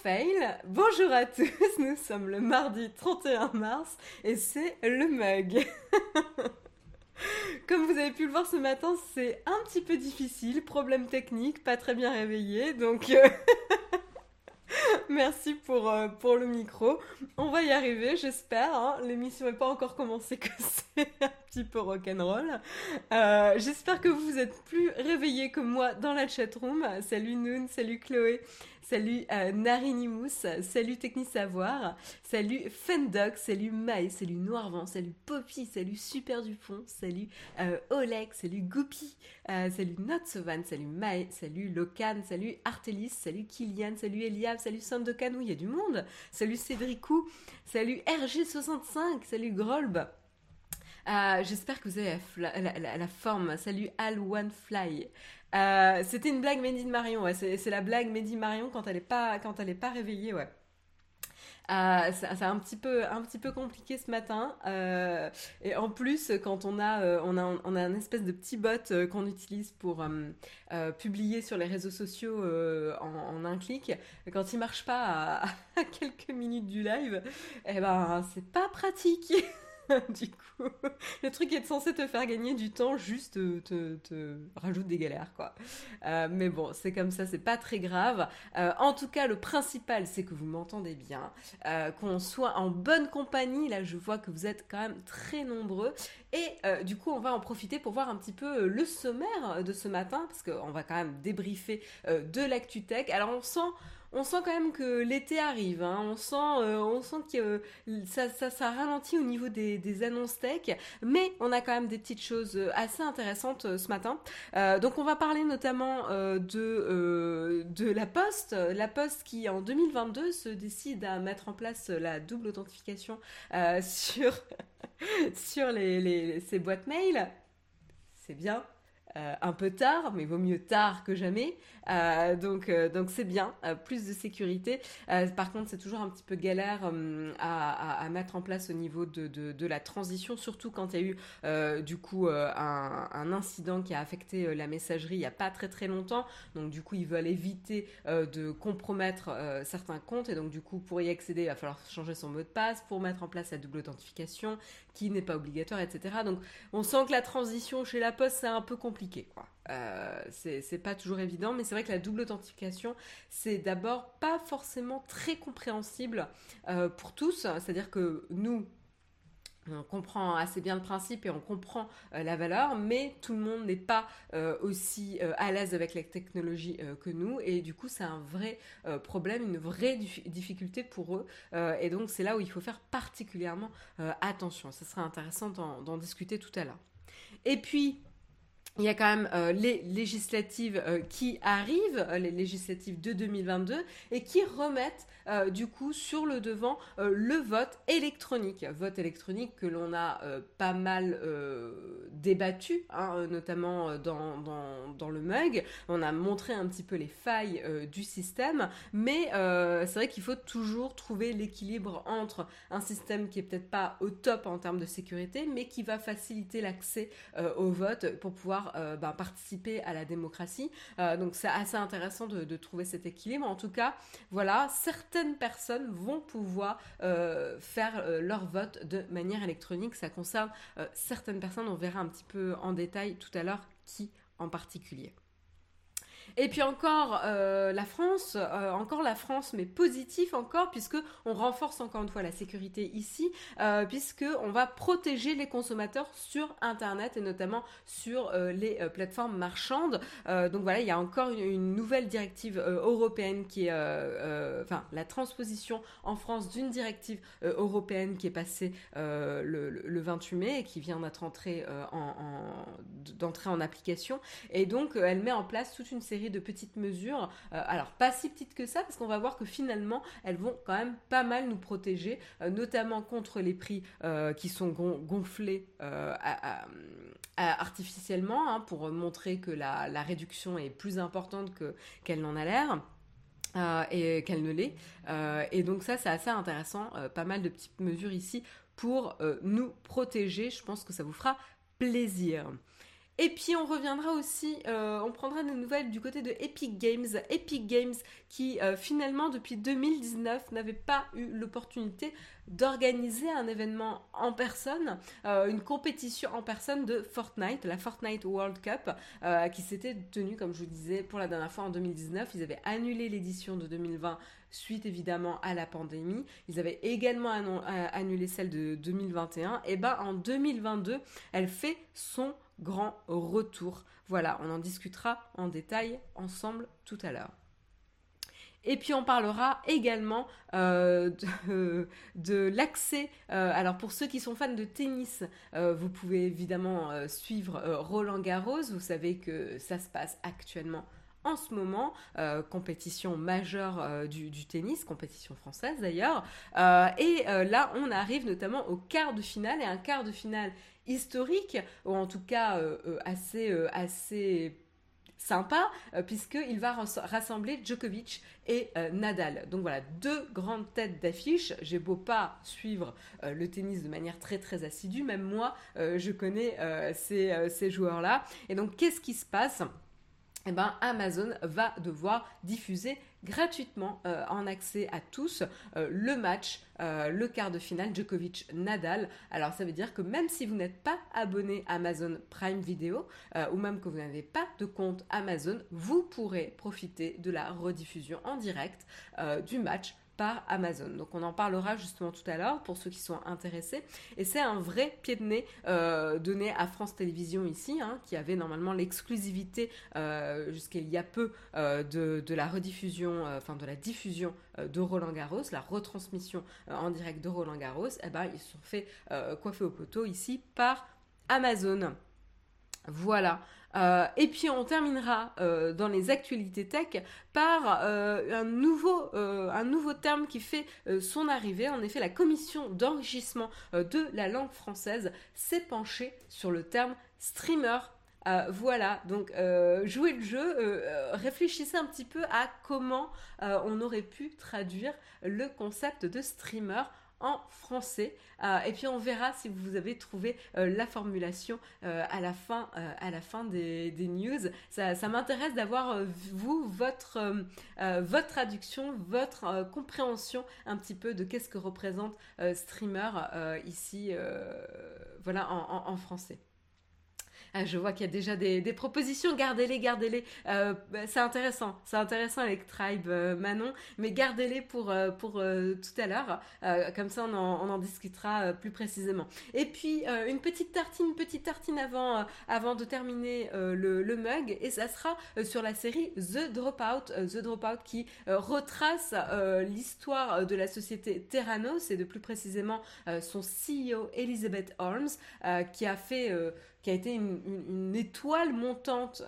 fail. Bonjour à tous, nous sommes le mardi 31 mars et c'est le mug. Comme vous avez pu le voir ce matin, c'est un petit peu difficile, problème technique, pas très bien réveillé, donc merci pour le micro. On va y arriver, j'espère, hein. L'émission n'est pas encore commencée que c'est un petit peu rock'n'roll. J'espère que vous êtes plus réveillés que moi dans la chatroom. Salut Noon, salut Chloé, salut Narinimous, salut Techni Savoir, salut Fendoc, salut Maë, salut Noirvent, salut Poppy, salut Super Dupont, salut Oleg, salut Goupy, salut Notsovan, salut Maë, salut Locan, salut Artelis, salut Kylian, salut Eliab, salut Sandokanou, il y a du monde, salut Cédricou, salut RG65, salut Grolb. J'espère que vous avez la forme. Salut Al One Fly. C'était une blague Made in Marion. Ouais. C'est la blague Made in Marion quand elle est pas réveillée. Ouais. C'est un petit peu compliqué ce matin. Et en plus, quand on a un espèce de petit bot qu'on utilise pour publier sur les réseaux sociaux en un clic, quand il marche pas à quelques minutes du live, eh ben c'est pas pratique. Du coup, le truc est censé te faire gagner du temps, juste te rajoute des galères, quoi. Mais bon, c'est comme ça, c'est pas très grave. En tout cas, le principal, c'est que vous m'entendez bien, qu'on soit en bonne compagnie. Là, je vois que vous êtes quand même très nombreux. Et du coup, on va en profiter pour voir un petit peu le sommaire de ce matin, parce qu'on va quand même débriefer de l'ActuTech. Alors, on sent quand même que l'été arrive, hein. On sent que ça ralentit au niveau des annonces tech, mais on a quand même des petites choses assez intéressantes ce matin. Donc on va parler notamment de la Poste qui en 2022 se décide à mettre en place la double authentification sur sur ses boîtes mail. C'est bien. Un peu tard, mais vaut mieux tard que jamais. Donc c'est bien, plus de sécurité. Par contre, c'est toujours un petit peu galère à mettre en place au niveau de la transition, surtout quand il y a eu du coup un incident qui a affecté la messagerie il n'y a pas très très longtemps. Donc du coup, ils veulent éviter de compromettre certains comptes. Et donc du coup, pour y accéder, il va falloir changer son mot de passe pour mettre en place la double authentification, qui n'est pas obligatoire, etc. Donc on sent que la transition chez la Poste, c'est un peu compliqué, quoi. C'est pas toujours évident, mais c'est vrai que la double authentification, c'est d'abord pas forcément très compréhensible pour tous. C'est-à-dire que nous, on comprend assez bien le principe et on comprend la valeur, mais tout le monde n'est pas aussi à l'aise avec la technologie que nous, et du coup c'est un vrai problème, une vraie difficulté pour eux, et donc c'est là où il faut faire particulièrement attention. Ce sera intéressant d'en discuter tout à l'heure. Et puis il y a quand même les législatives qui arrivent, les législatives de 2022, et qui remettent du coup sur le devant le vote électronique. Vote électronique que l'on a pas mal débattu, hein, notamment dans le mug. On a montré un petit peu les failles du système, mais c'est vrai qu'il faut toujours trouver l'équilibre entre un système qui est peut-être pas au top en termes de sécurité, mais qui va faciliter l'accès au vote pour pouvoir participer à la démocratie. Donc c'est assez intéressant de trouver cet équilibre. En tout cas, voilà, certaines personnes vont pouvoir faire leur vote de manière électronique. Ça concerne certaines personnes. On verra un petit peu en détail tout à l'heure qui en particulier. Et puis encore la France, mais positif encore, puisque on renforce encore une fois la sécurité ici, puisque on va protéger les consommateurs sur Internet et notamment sur les plateformes marchandes. Donc voilà, il y a encore une nouvelle directive européenne qui est, la transposition en France d'une directive européenne qui est passée le 28 mai et qui vient d'entrer en application. Et donc elle met en place toute une série de petites mesures, alors pas si petites que ça, parce qu'on va voir que finalement elles vont quand même pas mal nous protéger, notamment contre les prix qui sont gonflés artificiellement, hein, pour montrer que la réduction est plus importante qu'elle n'en a l'air. Et qu'elle ne l'est. Et donc ça, c'est assez intéressant. Pas mal de petites mesures ici pour nous protéger. Je pense que ça vous fera plaisir. Et puis on reviendra aussi, on prendra des nouvelles du côté de Epic Games. Epic Games qui finalement depuis 2019 n'avait pas eu l'opportunité d'organiser un événement en personne, une compétition en personne de Fortnite, la Fortnite World Cup, qui s'était tenue, comme je vous disais, pour la dernière fois en 2019. Ils avaient annulé l'édition de 2020 suite évidemment à la pandémie. Ils avaient également annulé celle de 2021. Et ben en 2022, elle fait son grand retour. Voilà, on en discutera en détail ensemble tout à l'heure. Et puis on parlera également de l'accès. Alors pour ceux qui sont fans de tennis, vous pouvez évidemment suivre Roland Garros. Vous savez que ça se passe actuellement en ce moment, compétition majeure du tennis, compétition française d'ailleurs. Et là, on arrive notamment au quart de finale, et un quart de finale historique, ou en tout cas assez sympa, puisqu'il va rassembler Djokovic et Nadal. Donc voilà, deux grandes têtes d'affiche. J'ai beau pas suivre le tennis de manière très très assidue, même moi, je connais ces joueurs-là. Et donc, qu'est-ce qui se passe ? Eh ben, Amazon va devoir diffuser gratuitement en accès à tous le match, le quart de finale Djokovic-Nadal. Alors ça veut dire que même si vous n'êtes pas abonné à Amazon Prime Video ou même que vous n'avez pas de compte Amazon, vous pourrez profiter de la rediffusion en direct du match par Amazon. Donc on en parlera justement tout à l'heure pour ceux qui sont intéressés. Et c'est un vrai pied de nez donné à France Télévisions ici, qui avait normalement l'exclusivité jusqu'à il y a peu de la rediffusion, de la diffusion de Roland Garros, la retransmission en direct de Roland Garros. Eh ben, ils se sont fait coiffer au poteau ici par Amazon. Voilà. Et puis on terminera dans les actualités tech par un nouveau terme qui fait son arrivée. En effet, la commission d'enrichissement de la langue française s'est penchée sur le terme streamer. Voilà, donc jouez le jeu, réfléchissez un petit peu à comment on aurait pu traduire le concept de streamer en français, et puis on verra si vous avez trouvé la formulation à la fin des news. Ça m'intéresse d'avoir votre traduction, votre compréhension un petit peu de qu'est-ce que représente streamer ici, voilà, en français. Je vois qu'il y a déjà des propositions, gardez-les. C'est intéressant avec Tribe, Manon, mais gardez-les pour tout à l'heure, comme ça on en discutera plus précisément. Et puis une petite tartine avant de terminer le mug, et ça sera sur la série The Dropout qui retrace l'histoire de la société Theranos, et de plus précisément son CEO Elizabeth Holmes, qui a été une étoile montante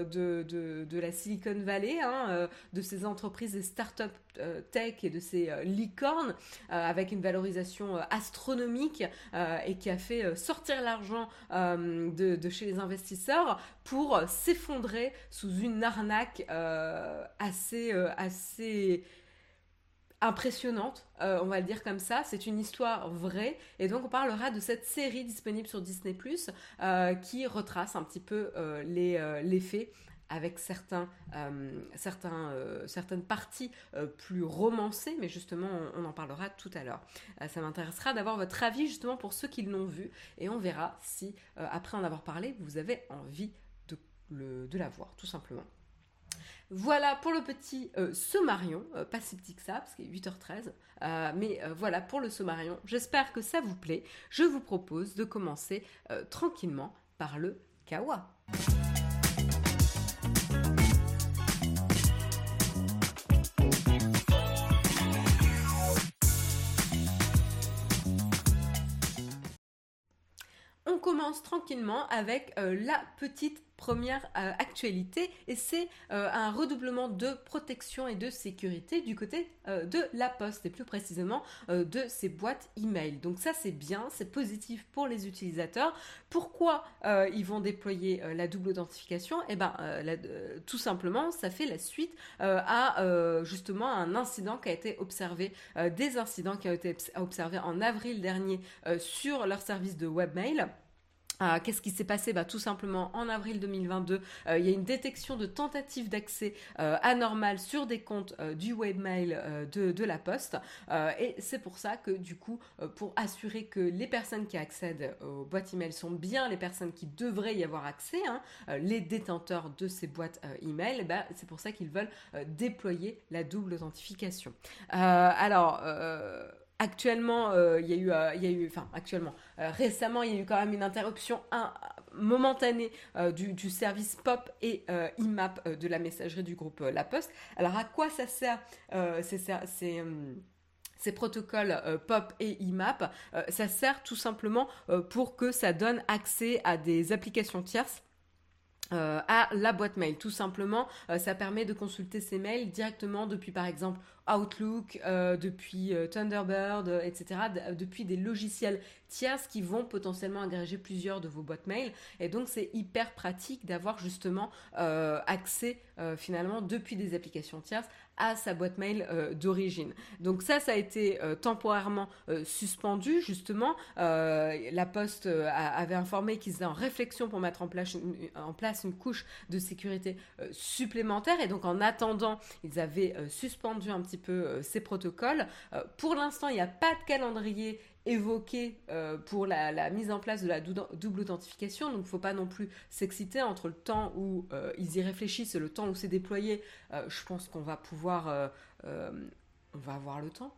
de la Silicon Valley, de ces entreprises et startups tech et de ces licornes, avec une valorisation astronomique, et qui a fait sortir l'argent de chez les investisseurs pour s'effondrer sous une arnaque assez impressionnante, on va le dire comme ça. C'est une histoire vraie, et donc on parlera de cette série disponible sur Disney+, qui retrace un petit peu les faits, avec certaines parties plus romancées, mais justement on en parlera tout à l'heure. Ça m'intéressera d'avoir votre avis justement pour ceux qui l'ont vu, et on verra si après en avoir parlé vous avez envie de la voir, tout simplement. Voilà pour le petit sommarion, pas si petit que ça, parce qu'il est 8h13, mais voilà pour le sommarion. J'espère que ça vous plaît. Je vous propose de commencer tranquillement par le kawa. On commence tranquillement avec la petite première actualité, et c'est un redoublement de protection et de sécurité du côté de la Poste, et plus précisément de ses boîtes email. Donc ça, c'est bien, c'est positif pour les utilisateurs. Pourquoi ils vont déployer la double authentification ? Tout simplement, ça fait la suite à justement un incident qui a été observé, des incidents qui ont été observés en avril dernier sur leur service de webmail. Qu'est-ce qui s'est passé? Tout simplement, en avril 2022, il y a une détection de tentatives d'accès anormales sur des comptes du webmail de la Poste. Et c'est pour ça que, du coup, pour assurer que les personnes qui accèdent aux boîtes email sont bien les personnes qui devraient y avoir accès, les détenteurs de ces boîtes email, c'est pour ça qu'ils veulent déployer la double authentification. Actuellement, récemment, il y a eu quand même une interruption momentanée du service POP et IMAP de la messagerie du groupe La Poste. Alors, à quoi ça sert ces protocoles POP et IMAP? Ça sert tout simplement pour que ça donne accès à des applications tierces à la boîte mail. Tout simplement, ça permet de consulter ses mails directement depuis, par exemple, Outlook, depuis Thunderbird, etc., depuis des logiciels tierces qui vont potentiellement agréger plusieurs de vos boîtes mail. Et donc, c'est hyper pratique d'avoir justement accès finalement depuis des applications tierces à sa boîte mail d'origine. Donc ça a été temporairement suspendu, justement. La Poste avait informé qu'ils étaient en réflexion pour mettre en place une couche de sécurité supplémentaire. Et donc, en attendant, ils avaient suspendu un petit peu ces protocoles. Pour l'instant, il n'y a pas de calendrier évoqué pour la mise en place de la double authentification, donc il ne faut pas non plus s'exciter entre le temps où ils y réfléchissent et le temps où c'est déployé. Je pense qu'on va pouvoir on va avoir le temps.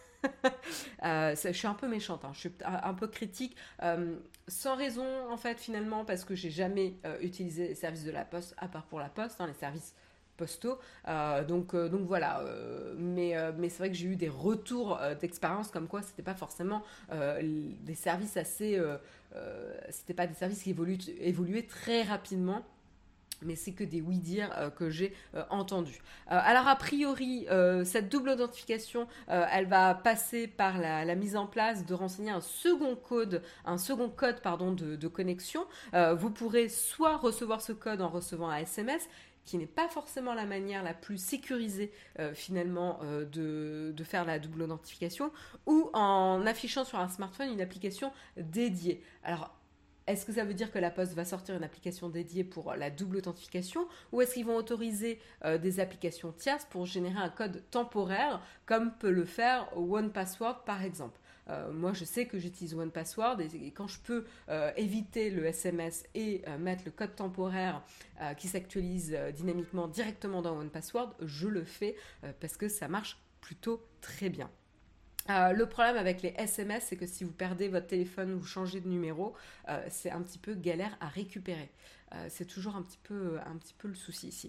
Je suis un peu méchante, je suis un peu critique, sans raison en fait finalement, parce que j'ai jamais utilisé les services de la Poste, à part pour la Poste, les services postaux. Donc voilà. Mais c'est vrai que j'ai eu des retours d'expérience comme quoi c'était pas forcément des services assez. C'était pas des services qui évoluaient très rapidement. Mais c'est que des oui-dire que j'ai entendus. Alors a priori, cette double authentification, elle va passer par la mise en place de renseigner un second code de connexion. Vous pourrez soit recevoir ce code en recevant un SMS, qui n'est pas forcément la manière la plus sécurisée finalement de faire la double authentification, ou en affichant sur un smartphone une application dédiée. Alors, est-ce que ça veut dire que la Poste va sortir une application dédiée pour la double authentification, ou est-ce qu'ils vont autoriser des applications tierces pour générer un code temporaire, comme peut le faire OnePassword par exemple? Moi, je sais que j'utilise OnePassword et quand je peux éviter le SMS et mettre le code temporaire qui s'actualise dynamiquement directement dans OnePassword, je le fais parce que ça marche plutôt très bien. Le problème avec les SMS, c'est que si vous perdez votre téléphone ou vous changez de numéro, c'est un petit peu galère à récupérer. C'est toujours un petit peu le souci ici.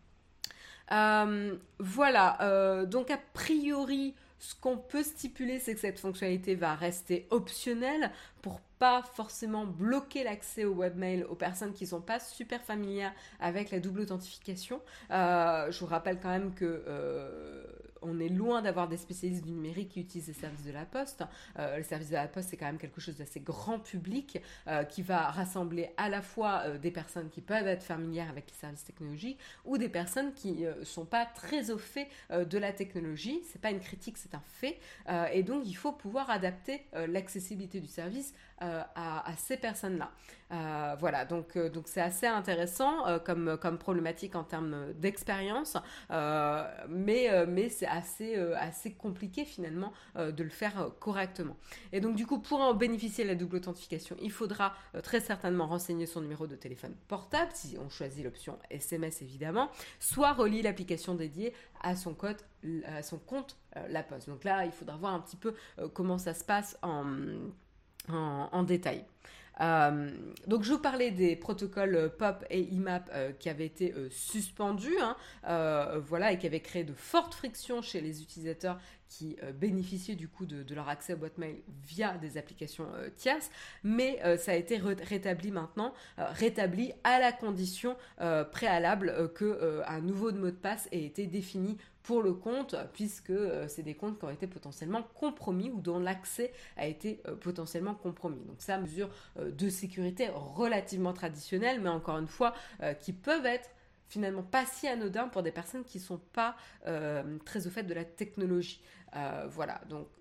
Voilà, donc a priori, ce qu'on peut stipuler, c'est que cette fonctionnalité va rester optionnelle pour pas forcément bloquer l'accès au webmail aux personnes qui ne sont pas super familières avec la double authentification. Je vous rappelle quand même que on est loin d'avoir des spécialistes du numérique qui utilisent les services de la Poste. Le service de la Poste, c'est quand même quelque chose d'assez grand public qui va rassembler à la fois des personnes qui peuvent être familières avec les services technologiques ou des personnes qui ne sont pas très au fait de la technologie. C'est pas une critique, c'est un fait. Et donc, il faut pouvoir adapter l'accessibilité du service à ces personnes-là. Voilà, donc c'est assez intéressant comme problématique en termes d'expérience, mais c'est assez compliqué finalement de le faire correctement. Et donc du coup, pour en bénéficier de la double authentification, il faudra très certainement renseigner son numéro de téléphone portable, si on choisit l'option SMS évidemment, soit relier l'application dédiée à son compte La Poste. Donc là, il faudra voir un petit peu comment ça se passe en détail. Donc je vous parlais des protocoles POP et IMAP qui avaient été suspendus, voilà, et qui avaient créé de fortes frictions chez les utilisateurs qui bénéficiaient du coup de leur accès aux boîtes mail via des applications tierces, mais ça a été rétabli maintenant, rétabli à la condition préalable qu'un nouveau mot de passe ait été défini pour le compte, puisque c'est des comptes qui ont été potentiellement compromis ou dont l'accès a été potentiellement compromis. Donc ça, mesure de sécurité relativement traditionnelle, mais encore une fois, qui peuvent être finalement pas si anodins pour des personnes qui ne sont pas très au fait de la technologie. Voilà, donc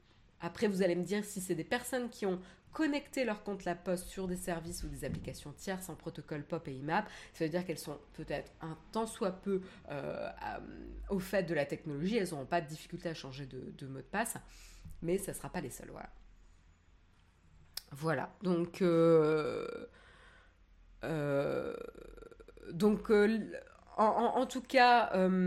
Après, vous allez me dire si c'est des personnes qui ont connecté leur compte La Poste sur des services ou des applications tierces en protocole POP et IMAP, ça veut dire qu'elles sont peut-être un tant soit peu au fait de la technologie, elles n'auront pas de difficulté à changer de mot de passe, mais ça ne sera pas les seules, voilà. Voilà, euh, donc en tout cas,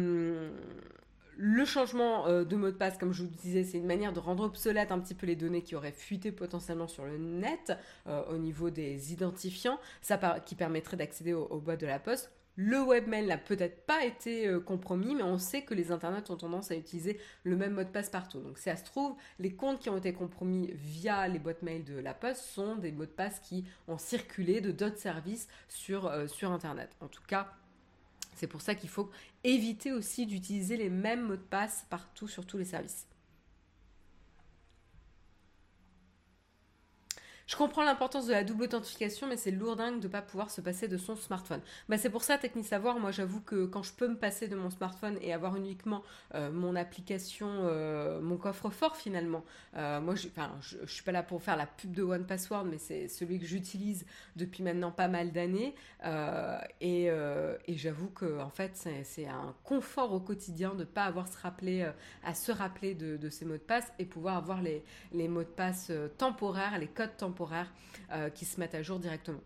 le changement de mot de passe, comme je vous le disais, c'est une manière de rendre obsolète un petit peu les données qui auraient fuité potentiellement sur le net au niveau des identifiants, qui permettrait d'accéder aux boîtes de la poste. Le webmail n'a peut-être pas été compromis, mais on sait que les internets ont tendance à utiliser le même mot de passe partout. Donc si ça se trouve, les comptes qui ont été compromis via les boîtes mail de la poste sont des mots de passe qui ont circulé de d'autres services sur Internet. En tout cas, c'est pour ça qu'il faut éviter aussi d'utiliser les mêmes mots de passe partout sur tous les services. Je comprends l'importance de la double authentification, mais c'est lourdingue de ne pas pouvoir se passer de son smartphone. Bah, c'est pour ça, Technisavoir, moi j'avoue que quand je peux me passer de mon smartphone et avoir uniquement mon application, mon coffre-fort finalement, moi je suis pas là pour faire la pub de One Password, mais c'est celui que j'utilise depuis maintenant pas mal d'années. Et j'avoue que en fait c'est un confort au quotidien de ne pas avoir à se rappeler de ces mots de passe et pouvoir avoir les mots de passe temporaires, les codes temporaires qui se mettent à jour directement.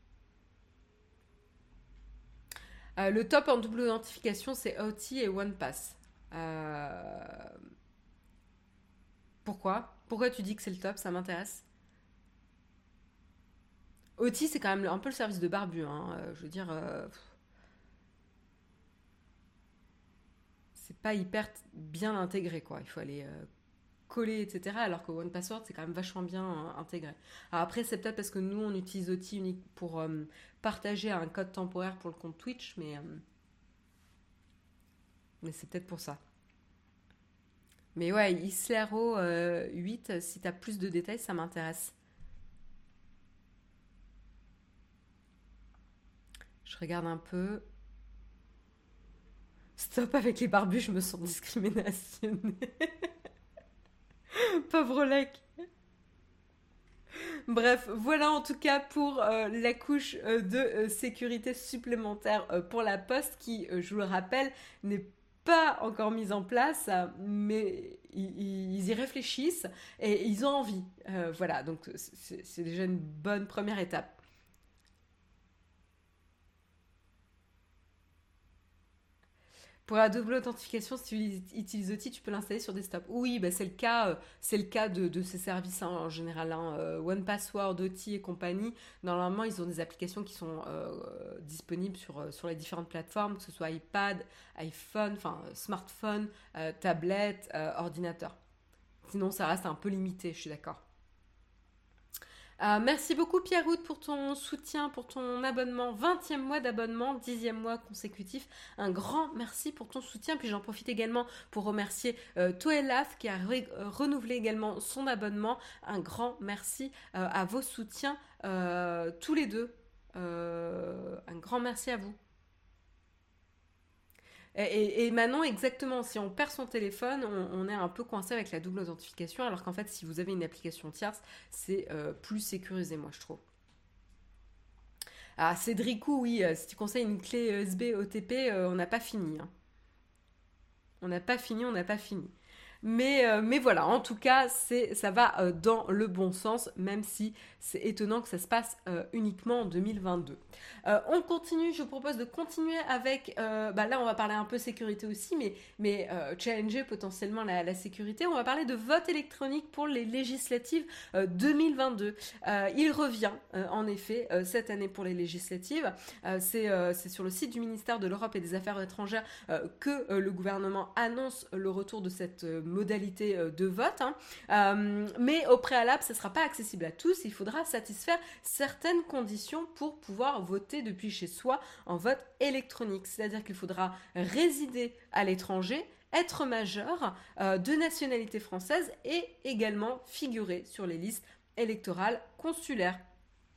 Le top en double authentification, c'est OT et OnePass. Pourquoi tu dis que c'est le top? Ça m'intéresse. OT, c'est quand même un peu le service de barbu. Hein. Je veux dire, c'est pas hyper bien intégré, quoi. Il faut aller coller, etc. Alors que One Password, c'est quand même vachement bien intégré. Alors après, c'est peut-être parce que nous, on utilise OT unique pour partager un code temporaire pour le compte Twitch, mais c'est peut-être pour ça. Mais ouais, Islero 8, si tu as plus de détails, ça m'intéresse. Je regarde un peu. Stop avec les barbus, je me sens discriminationnée. Pauvre Lec. Bref, voilà en tout cas pour la couche de sécurité supplémentaire pour la poste qui, je vous le rappelle, n'est pas encore mise en place, mais ils y réfléchissent et ils ont envie. Voilà, donc c'est déjà une bonne première étape. Pour la double authentification, si tu utilises OT, tu peux l'installer sur desktop. Oui, bah c'est le cas de ces services hein, en général. Hein, One Password, OT et compagnie. Normalement, ils ont des applications qui sont disponibles sur les différentes plateformes, que ce soit iPad, iPhone, enfin smartphone, tablette, ordinateur. Sinon, ça reste un peu limité, je suis d'accord. Merci beaucoup Pierre-Route pour ton soutien, pour ton abonnement, 20e mois d'abonnement, 10e mois consécutif. Un grand merci pour ton soutien. Puis j'en profite également pour remercier Toelaf qui a renouvelé également son abonnement. Un grand merci à vos soutiens tous les deux. Un grand merci à vous. Et maintenant, exactement, si on perd son téléphone, on est un peu coincé avec la double authentification, alors qu'en fait, si vous avez une application tierce, c'est plus sécurisé, moi, je trouve. Ah, Cédricou, oui, si tu conseilles une clé USB OTP, on n'a pas fini. Hein. On n'a pas fini, on n'a pas fini. Mais voilà, en tout cas, ça va dans le bon sens, même si c'est étonnant que ça se passe uniquement en 2022. On continue, je vous propose de continuer avec, là on va parler un peu sécurité aussi, mais challenger potentiellement la sécurité. On va parler de vote électronique pour les législatives 2022. Il revient en effet cette année pour les législatives. C'est sur le site du ministère de l'Europe et des Affaires étrangères que le gouvernement annonce le retour de cette modalité de vote. Hein. Mais au préalable, ça ne sera pas accessible à tous. Il faudra satisfaire certaines conditions pour pouvoir voter depuis chez soi en vote électronique. C'est-à-dire qu'il faudra résider à l'étranger, être majeur, de nationalité française et également figurer sur les listes électorales consulaires.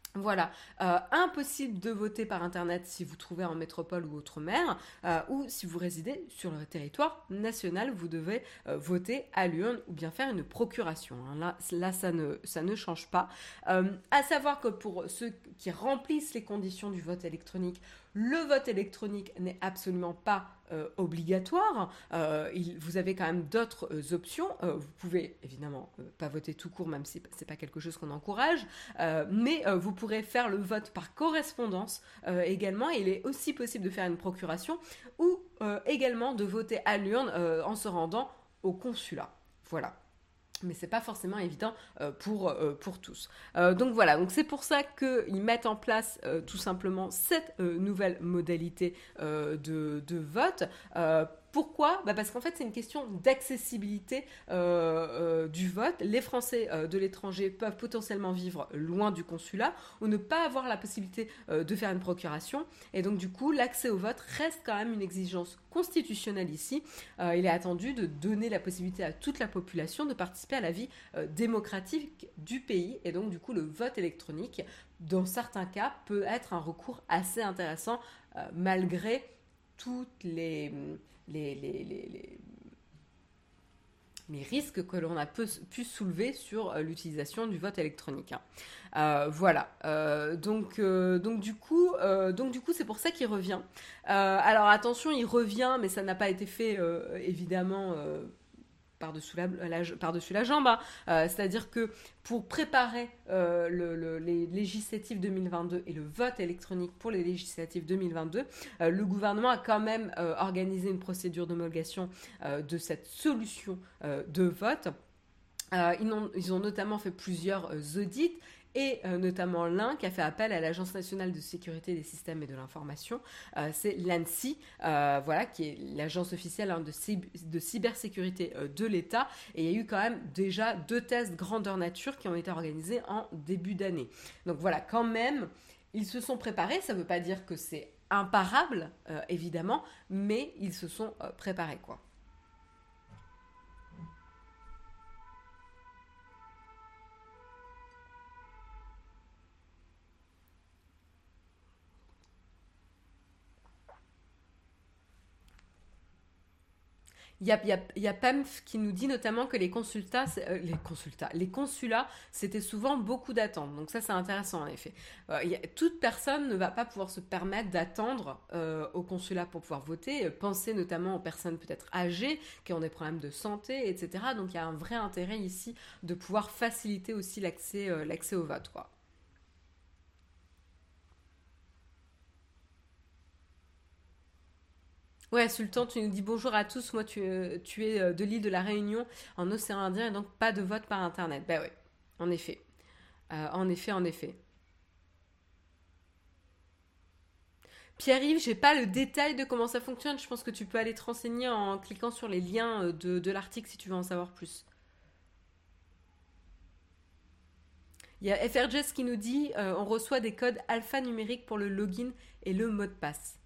Voilà, impossible de voter par Internet si vous trouvez en métropole ou outre-mer, ou si vous résidez sur le territoire national, vous devez voter à l'urne ou bien faire une procuration, hein. Là ça ne change pas. À savoir que pour ceux qui remplissent les conditions du vote électronique, le vote électronique n'est absolument pas obligatoire. Vous avez quand même d'autres options. Vous pouvez évidemment pas voter tout court, même si c'est pas quelque chose qu'on encourage. Mais vous pourrez faire le vote par correspondance également. Et il est aussi possible de faire une procuration ou également de voter à l'urne en se rendant au consulat. Voilà. Mais c'est pas forcément évident pour tous. Donc voilà, donc c'est pour ça qu'ils mettent en place tout simplement cette nouvelle modalité de vote. Pourquoi ? Parce qu'en fait, c'est une question d'accessibilité du vote. Les Français de l'étranger peuvent potentiellement vivre loin du consulat ou ne pas avoir la possibilité de faire une procuration. Et donc, du coup, l'accès au vote reste quand même une exigence constitutionnelle ici. Il est attendu de donner la possibilité à toute la population de participer à la vie démocratique du pays. Et donc, du coup, le vote électronique, dans certains cas, peut être un recours assez intéressant malgré toutes les risques que l'on a pu soulever sur l'utilisation du vote électronique, hein. Voilà. Donc du coup, c'est pour ça qu'il revient. Alors attention, il revient, mais ça n'a pas été fait évidemment par-dessus la jambe, hein. C'est-à-dire que pour préparer les législatives 2022 et le vote électronique pour les législatives 2022, le gouvernement a quand même organisé une procédure d'homologation de cette solution de vote. Ils ont notamment fait plusieurs audits et notamment l'un qui a fait appel à l'Agence nationale de sécurité des systèmes et de l'information, c'est l'ANSSI, voilà, qui est l'agence officielle de cybersécurité de l'État. Et il y a eu quand même déjà 2 tests grandeur nature qui ont été organisés en début d'année. Donc voilà, quand même, ils se sont préparés. Ça ne veut pas dire que c'est imparable, évidemment, mais ils se sont préparés, quoi. Il y a PAMF qui nous dit notamment que les consulats, c'était souvent beaucoup d'attentes. Donc ça, c'est intéressant en effet. Toute personne ne va pas pouvoir se permettre d'attendre au consulat pour pouvoir voter. Pensez notamment aux personnes peut-être âgées qui ont des problèmes de santé, etc. Donc il y a un vrai intérêt ici de pouvoir faciliter aussi l'accès au vote, quoi. Ouais, Sultan, tu nous dis bonjour à tous. Moi, tu es de l'île de la Réunion en océan Indien et donc pas de vote par Internet. Bah ouais, en effet. En effet, en effet. Pierre-Yves, j'ai pas le détail de comment ça fonctionne. Je pense que tu peux aller te renseigner en cliquant sur les liens de l'article si tu veux en savoir plus. Il y a FRJS qui nous dit on reçoit des codes alphanumériques pour le login et le mot de passe.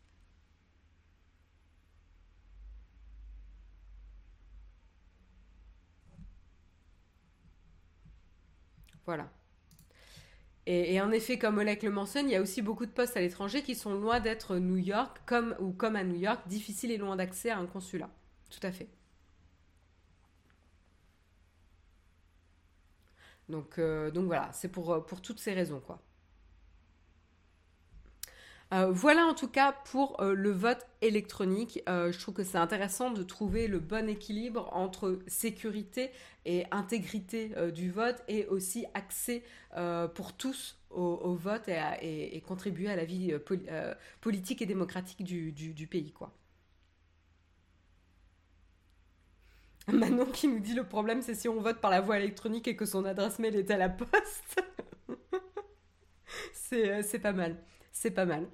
Voilà. Et en effet, comme Olek le mentionne, il y a aussi beaucoup de postes à l'étranger qui sont loin d'être New York, comme à New York, difficile et loin d'accès à un consulat. Tout à fait. Donc voilà, c'est pour toutes ces raisons, quoi. Voilà en tout cas pour le vote électronique. Je trouve que c'est intéressant de trouver le bon équilibre entre sécurité et intégrité du vote et aussi accès pour tous au vote et contribuer à la vie politique et démocratique du pays, quoi. Manon qui nous dit le problème c'est si on vote par la voie électronique et que son adresse mail est à la poste. C'est pas mal. C'est pas mal.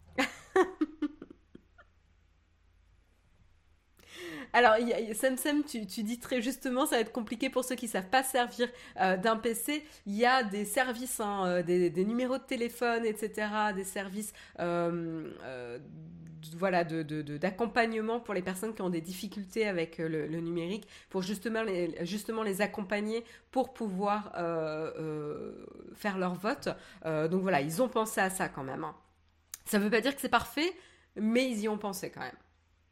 Alors, Samsem, tu dis très justement, ça va être compliqué pour ceux qui savent pas servir d'un PC. Il y a des services, hein, des numéros de téléphone, etc., des services d'accompagnement pour les personnes qui ont des difficultés avec le numérique, pour justement les accompagner pour pouvoir faire leur vote. Donc voilà, ils ont pensé à ça quand même, hein. Ça ne veut pas dire que c'est parfait, mais ils y ont pensé quand même.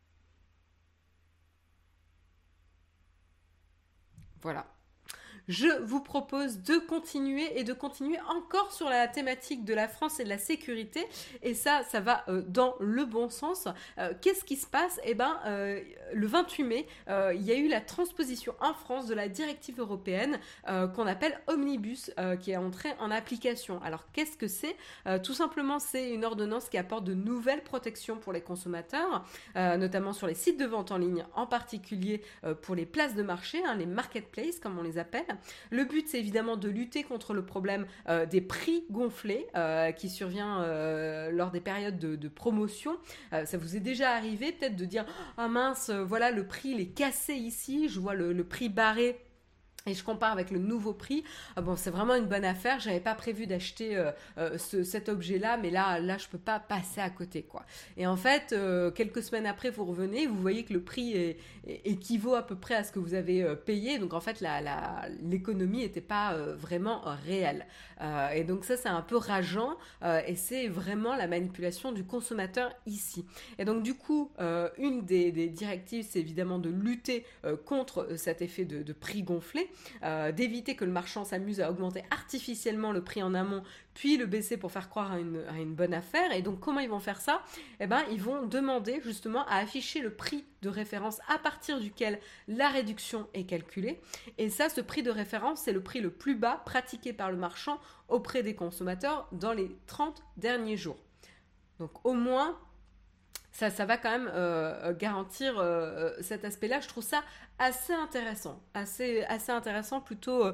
Voilà. Je vous propose de continuer et de continuer encore sur la thématique de la France et de la sécurité. Et ça va dans le bon sens. Qu'est-ce qui se passe? Eh ben, le 28 mai, il y a eu la transposition en France de la directive européenne qu'on appelle Omnibus, qui est entrée en application. Alors, qu'est-ce que c'est? Tout simplement, c'est une ordonnance qui apporte de nouvelles protections pour les consommateurs, notamment sur les sites de vente en ligne, en particulier pour les places de marché, hein, les marketplaces, comme on les appelle. Le but, c'est évidemment de lutter contre le problème des prix gonflés qui survient lors des périodes de promotion. Ça vous est déjà arrivé peut-être de dire « Ah mince, voilà, le prix il est cassé ici, je vois le prix barré ». Et je compare avec le nouveau prix. Ah bon, c'est vraiment une bonne affaire. J'avais pas prévu d'acheter cet objet-là, mais là, je peux pas passer à côté, quoi. Et en fait, quelques semaines après, vous revenez, vous voyez que le prix équivaut à peu près à ce que vous avez payé. Donc en fait, l'économie n'était pas vraiment réelle. Et donc ça, c'est un peu rageant. Et c'est vraiment la manipulation du consommateur ici. Et donc du coup, une des directives, c'est évidemment de lutter contre cet effet de prix gonflé. D'éviter que le marchand s'amuse à augmenter artificiellement le prix en amont, puis le baisser pour faire croire à une bonne affaire. Et donc, comment ils vont faire ça? Eh ben, ils vont demander justement à afficher le prix de référence à partir duquel la réduction est calculée. Et ça, ce prix de référence, c'est le prix le plus bas pratiqué par le marchand auprès des consommateurs dans les 30 derniers jours. Donc, au moins, ça va quand même garantir cet aspect-là. Je trouve ça assez intéressant, assez intéressant, plutôt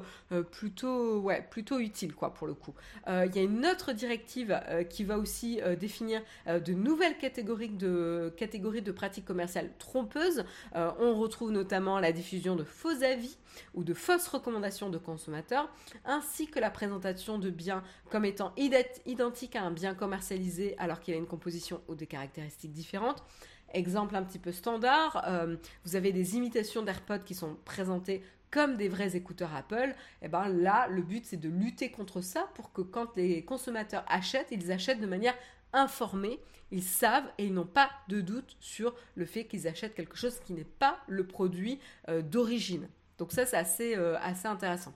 utile, quoi, pour le coup. Il y a une autre directive qui va aussi définir de nouvelles catégories de pratiques commerciales trompeuses. On retrouve notamment la diffusion de faux avis ou de fausses recommandations de consommateurs, ainsi que la présentation de biens comme étant identiques à un bien commercialisé alors qu'il a une composition ou des caractéristiques différentes. Exemple un petit peu standard, vous avez des imitations d'AirPods qui sont présentées comme des vrais écouteurs Apple. Et ben là, le but, c'est de lutter contre ça pour que quand les consommateurs achètent, ils achètent de manière informés, ils savent et ils n'ont pas de doute sur le fait qu'ils achètent quelque chose qui n'est pas le produit d'origine. Donc ça, c'est assez intéressant.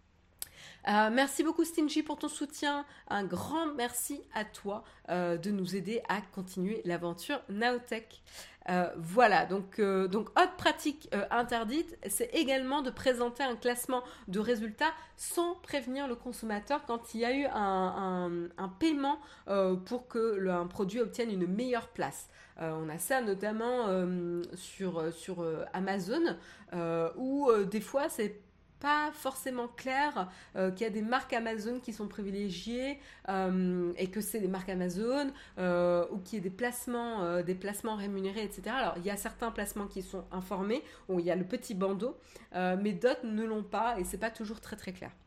Merci beaucoup Stingy pour ton soutien. Un grand merci à toi de nous aider à continuer l'aventure Nowtech. Voilà, donc autre pratique interdite, c'est également de présenter un classement de résultats sans prévenir le consommateur quand il y a eu un paiement pour que un produit obtienne une meilleure place. On a ça notamment sur Amazon où des fois c'est pas forcément clair qu'il y a des marques Amazon qui sont privilégiées et que c'est des marques Amazon ou qu'il y ait des placements rémunérés, etc. Alors, il y a certains placements qui sont informés où il y a le petit bandeau, mais d'autres ne l'ont pas et c'est pas toujours très très clair.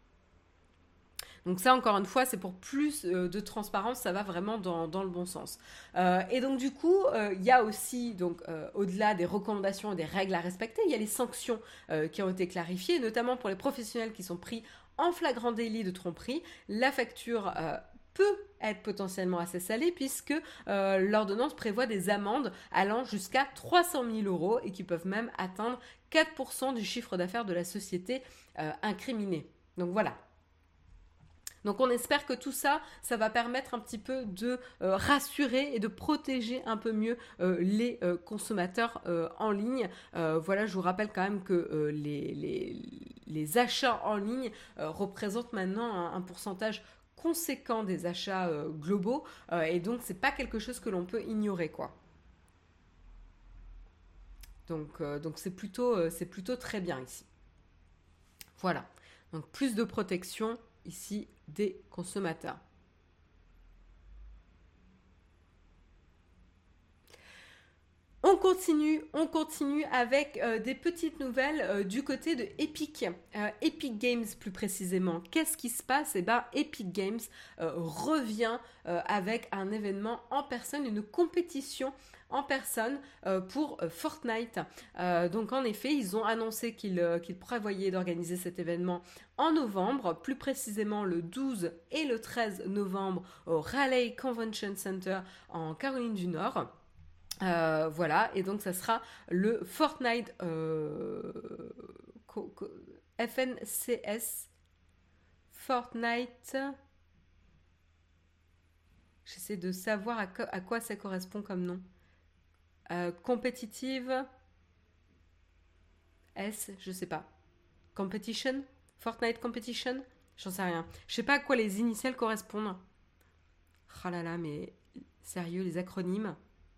Donc ça, encore une fois, c'est pour plus de transparence, ça va vraiment dans le bon sens. Et donc du coup, il y a aussi, au-delà des recommandations et des règles à respecter, il y a les sanctions qui ont été clarifiées, notamment pour les professionnels qui sont pris en flagrant délit de tromperie. La facture peut être potentiellement assez salée puisque l'ordonnance prévoit des amendes allant jusqu'à 300 000 € et qui peuvent même atteindre 4% du chiffre d'affaires de la société incriminée. Donc voilà. Donc on espère que tout ça, ça va permettre un petit peu de rassurer et de protéger un peu mieux les consommateurs en ligne. Voilà, je vous rappelle quand même que les achats en ligne représentent maintenant un pourcentage conséquent des achats globaux et donc c'est pas quelque chose que l'on peut ignorer, quoi. Donc c'est plutôt très bien ici. Voilà. Donc plus de protection ici des consommateurs. On on continue avec des petites nouvelles du côté de Epic. Epic Games plus précisément. Qu'est-ce qui se passe? Eh bien, Epic Games revient avec un événement en personne, une compétition en personne pour Fortnite. Donc en effet, ils ont annoncé qu'ils prévoyaient d'organiser cet événement en novembre, plus précisément le 12 et le 13 novembre au Raleigh Convention Center en Caroline du Nord. Voilà, et donc ça sera le Fortnite FNCS Fortnite. J'essaie de savoir à quoi ça correspond comme nom. Compétitive je sais pas. Competition? Fortnite Competition? J'en sais rien. Je sais pas à quoi les initiales correspondent. Oh là là, mais sérieux, les acronymes,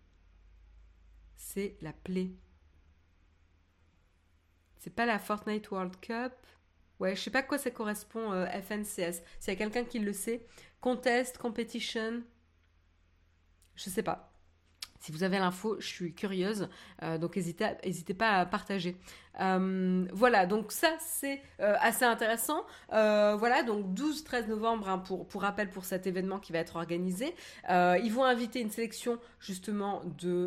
c'est la plaie. C'est pas la Fortnite World Cup. Ouais, je sais pas à quoi ça correspond, FNCS. S'il y a quelqu'un qui le sait. Contest, Competition. Je sais pas. Si vous avez l'info, je suis curieuse, donc n'hésitez pas à partager. Voilà, donc ça c'est assez intéressant. Voilà, donc 12-13 novembre, hein, pour rappel, pour cet événement qui va être organisé. Ils vont inviter une sélection justement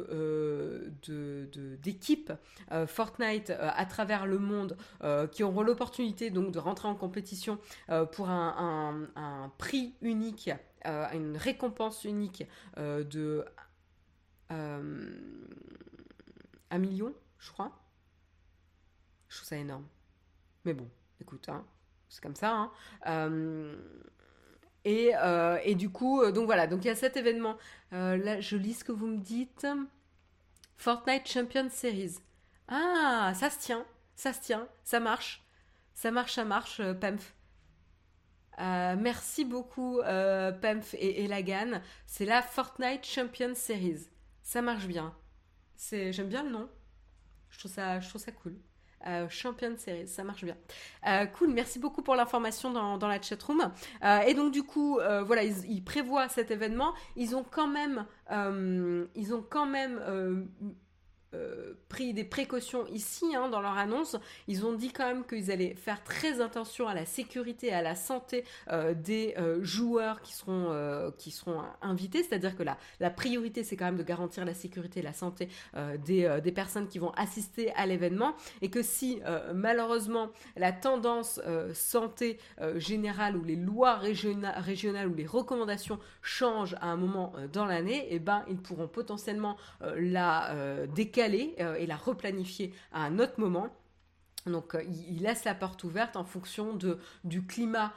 d'équipes Fortnite à travers le monde qui auront l'opportunité donc de rentrer en compétition pour un prix unique, une récompense unique de 1 million, je crois. Je trouve ça énorme. Mais bon, écoute, hein, c'est comme ça. Hein. Et du coup, donc voilà, donc il y a cet événement. Là, je lis ce que vous me dites. Fortnite Champion Series. Ah, ça se tient, ça marche. Ça marche, Pemph. Merci beaucoup, Pemph et Lagan. C'est la Fortnite Champion Series. Ça marche bien. J'aime bien le nom. Je trouve ça cool. Champion Series, ça marche bien. Cool, merci beaucoup pour l'information dans la chatroom. Et donc du coup, voilà, ils prévoient cet événement. Ils ont quand même pris des précautions ici, hein, dans leur annonce. Ils ont dit quand même qu'ils allaient faire très attention à la sécurité et à la santé des joueurs qui seront invités, c'est-à-dire que la priorité c'est quand même de garantir la sécurité et la santé des personnes qui vont assister à l'événement, et que si malheureusement la tendance santé générale ou les lois régionales ou les recommandations changent à un moment dans l'année, et ben ils pourront potentiellement la décaler et la replanifier à un autre moment. Donc il laisse la porte ouverte en fonction du climat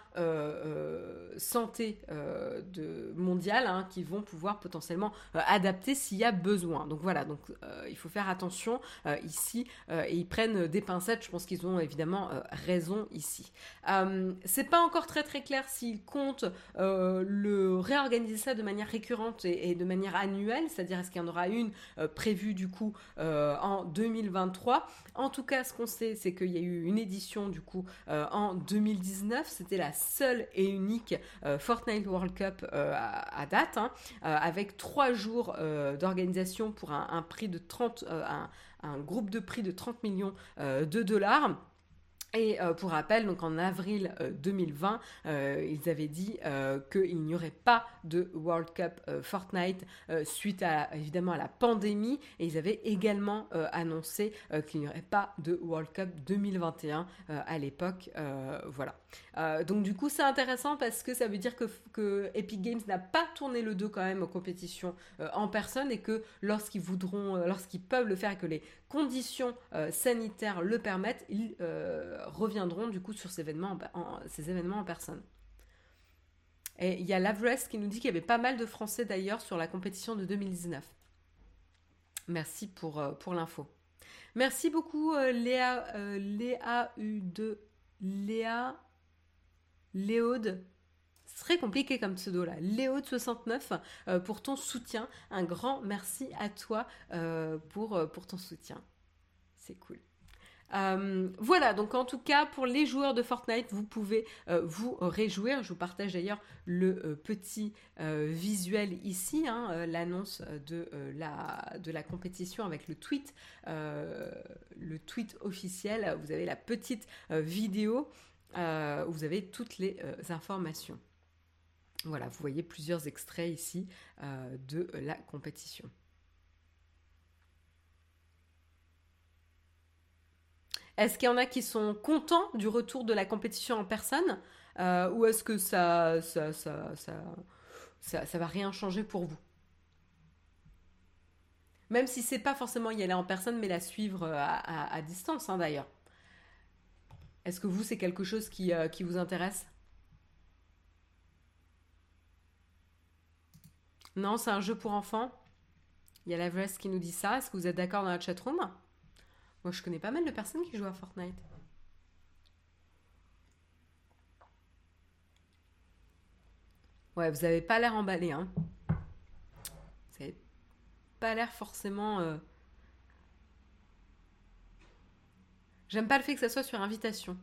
santé mondial, hein, qui vont pouvoir potentiellement adapter s'il y a besoin. Donc voilà, donc il faut faire attention ici, et ils prennent des pincettes. Je pense qu'ils ont évidemment raison ici. C'est pas encore très très clair s'ils comptent réorganiser ça de manière récurrente et de manière annuelle, c'est-à-dire est-ce qu'il y en aura une prévue du coup en 2023. En tout cas, ce qu'on sait, c'est qu'il y a eu une édition du coup en 2019. C'était la seule et unique Fortnite World Cup à date, hein, avec 3 jours d'organisation pour un prix de 30, un groupe de prix de 30 millions de dollars. Et pour rappel, donc en avril 2020, ils avaient dit qu'il n'y aurait pas de World Cup Fortnite suite évidemment à la pandémie, et ils avaient également annoncé qu'il n'y aurait pas de World Cup 2021 à l'époque. Voilà. Donc du coup c'est intéressant parce que ça veut dire que Epic Games n'a pas tourné le dos quand même aux compétitions en personne, et que lorsqu'ils peuvent le faire et que les conditions sanitaires le permettent, ils reviendront du coup sur ces événements en personne. Et il y a Lavrest qui nous dit qu'il y avait pas mal de Français d'ailleurs sur la compétition de 2019. Merci pour l'info. Merci beaucoup Léaude. C'est très compliqué comme pseudo là. Léaude69 pour ton soutien. Un grand merci à toi pour ton soutien. C'est cool. Voilà, donc en tout cas, pour les joueurs de Fortnite, vous pouvez vous réjouir. Je vous partage d'ailleurs le petit visuel ici, hein, l'annonce de la compétition avec le tweet officiel. Vous avez la petite vidéo où vous avez toutes les informations. Voilà, vous voyez plusieurs extraits ici de la compétition. Est-ce qu'il y en a qui sont contents du retour de la compétition en personne ou est-ce que ça va rien changer pour vous? Même si c'est pas forcément y aller en personne, mais la suivre à distance, hein, d'ailleurs. Est-ce que vous, c'est quelque chose qui vous intéresse? Non, c'est un jeu pour enfants. Il y a l'Everest qui nous dit ça. Est-ce que vous êtes d'accord dans la chatroom? Moi, je connais pas mal de personnes qui jouent à Fortnite. Ouais, vous avez pas l'air emballé, hein. Vous avez pas l'air forcément. J'aime pas le fait que ça soit sur invitation.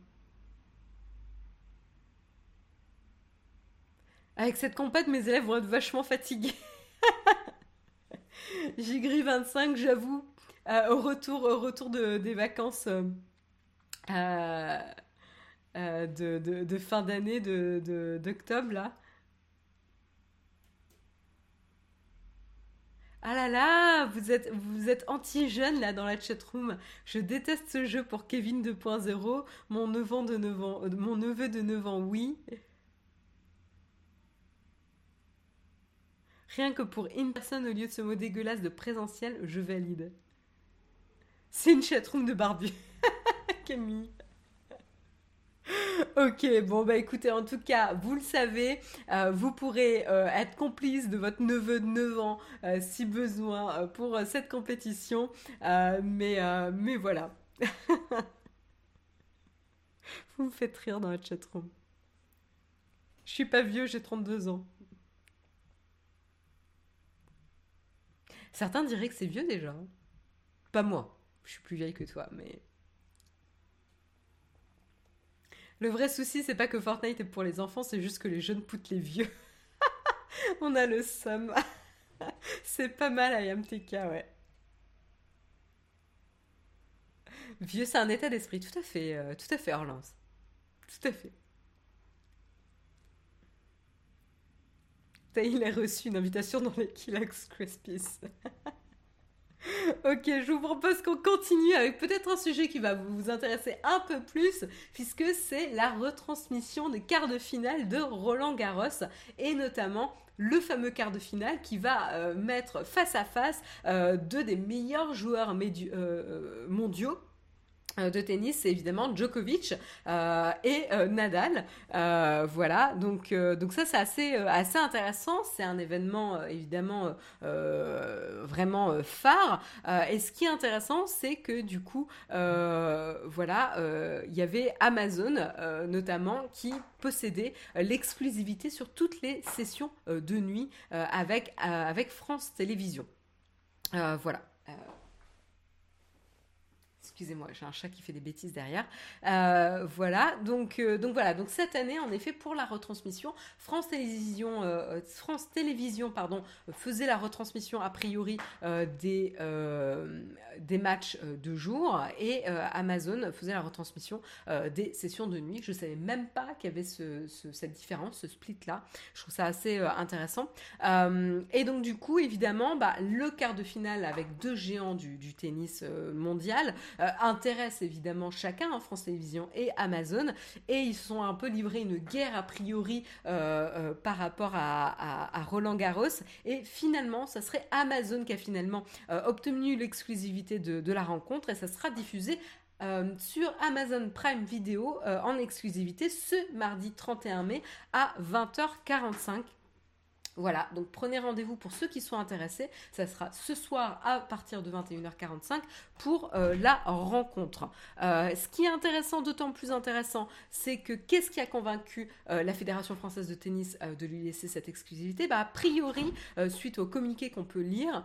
Avec cette compète, mes élèves vont être vachement fatigués. Gigri 25, j'avoue, au retour des vacances euh, de fin d'année d'octobre, là. Ah là là, vous êtes anti-jeune là dans la chatroom. Je déteste ce jeu pour Kevin 2.0. Mon neveu de 9 ans, oui. Rien que pour une personne au lieu de ce mot dégueulasse de présentiel, je valide. C'est une chatroom de barbu. Camille. Ok, bon bah écoutez, en tout cas, vous le savez, vous pourrez être complice de votre neveu de 9 ans si besoin pour cette compétition. Mais voilà, vous me faites rire dans la chatroom. Je suis pas vieux, j'ai 32 ans. Certains diraient que c'est vieux déjà, hein. Pas moi, je suis plus vieille que toi, mais... Le vrai souci, c'est pas que Fortnite est pour les enfants, c'est juste que les jeunes poutent les vieux. On a le somme. C'est pas mal à YamTK, ouais. Vieux, c'est un état d'esprit, tout à fait, Orlance. Tout à fait. Il a reçu une invitation dans les Kellogg's Crispies. Ok, je vous propose qu'on continue avec peut-être un sujet qui va vous intéresser un peu plus, puisque c'est la retransmission des quarts de finale de Roland Garros, et notamment le fameux quart de finale qui va mettre face à face deux des meilleurs joueurs mondiaux de tennis, c'est évidemment Djokovic et Nadal. Voilà, donc ça c'est assez intéressant. C'est un événement évidemment vraiment phare. Et ce qui est intéressant, c'est que du coup, voilà, il y avait Amazon notamment qui possédait l'exclusivité sur toutes les sessions de nuit avec France Télévisions. Voilà. Excusez-moi, j'ai un chat qui fait des bêtises derrière. Voilà, donc voilà. Donc cette année, en effet, pour la retransmission, France Télévisions, pardon, faisait la retransmission a priori des matchs de jour et Amazon faisait la retransmission des sessions de nuit. Je savais même pas qu'il y avait cette différence, ce split-là. Je trouve ça assez intéressant. Et donc du coup, évidemment, bah, le quart de finale avec deux géants du tennis mondial intéresse évidemment chacun, hein, France Télévisions et Amazon, et ils se sont un peu livrés une guerre a priori par rapport à Roland Garros, et finalement ça serait Amazon qui a finalement obtenu l'exclusivité de la rencontre, et ça sera diffusé sur Amazon Prime Video en exclusivité ce mardi 31 mai à 20h45. Voilà, donc prenez rendez-vous pour ceux qui sont intéressés. Ça sera ce soir à partir de 21h45 pour la rencontre. Ce qui est intéressant, d'autant plus intéressant, c'est que qu'est-ce qui a convaincu la Fédération française de tennis de lui laisser cette exclusivité? A priori, suite au communiqué qu'on peut lire,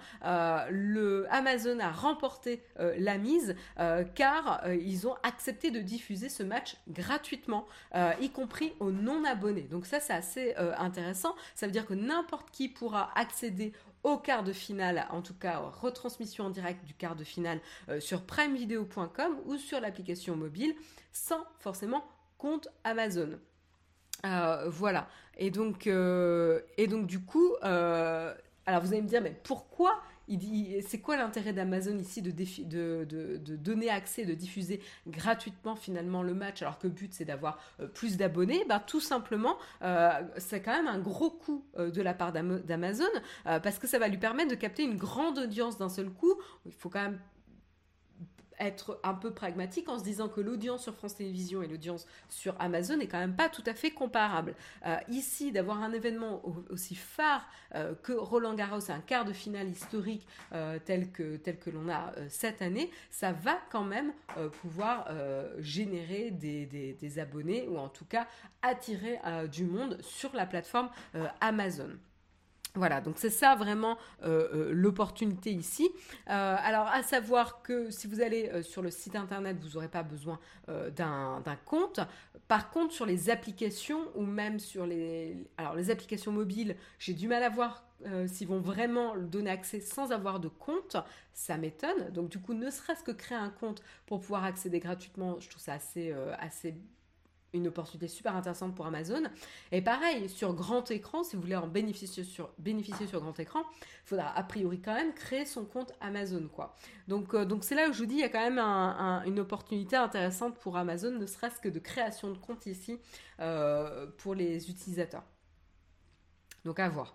Amazon a remporté la mise car ils ont accepté de diffuser ce match gratuitement, y compris aux non-abonnés. Donc ça, c'est assez intéressant. Ça veut dire que n'importe qui pourra accéder au quart de finale, en tout cas retransmission en direct du quart de finale sur primevideo.com ou sur l'application mobile sans forcément compte Amazon. Voilà. Et donc du coup, alors vous allez me dire, mais pourquoi c'est quoi l'intérêt d'Amazon ici de donner accès, de diffuser gratuitement finalement le match, alors que le but c'est d'avoir plus d'abonnés? Tout simplement, c'est quand même un gros coût de la part d'Amazon, parce que ça va lui permettre de capter une grande audience d'un seul coup. Il faut quand même être un peu pragmatique en se disant que l'audience sur France Télévisions et l'audience sur Amazon n'est quand même pas tout à fait comparable. Ici, d'avoir un événement aussi phare que Roland Garros, un quart de finale historique tel que l'on a cette année, ça va quand même pouvoir générer des abonnés ou en tout cas attirer du monde sur la plateforme Amazon. Voilà, donc c'est ça vraiment l'opportunité ici. Alors, à savoir que si vous allez sur le site internet, vous n'aurez pas besoin d'un compte. Par contre, sur les applications ou même sur les applications mobiles, j'ai du mal à voir s'ils vont vraiment donner accès sans avoir de compte. Ça m'étonne. Donc, du coup, ne serait-ce que créer un compte pour pouvoir accéder gratuitement, je trouve ça assez une opportunité super intéressante pour Amazon. Et pareil, sur grand écran, si vous voulez en bénéficier sur grand écran, il faudra a priori quand même créer son compte Amazon, quoi. Donc c'est là où je vous dis, il y a quand même une opportunité intéressante pour Amazon, ne serait-ce que de création de compte ici pour les utilisateurs. Donc à voir.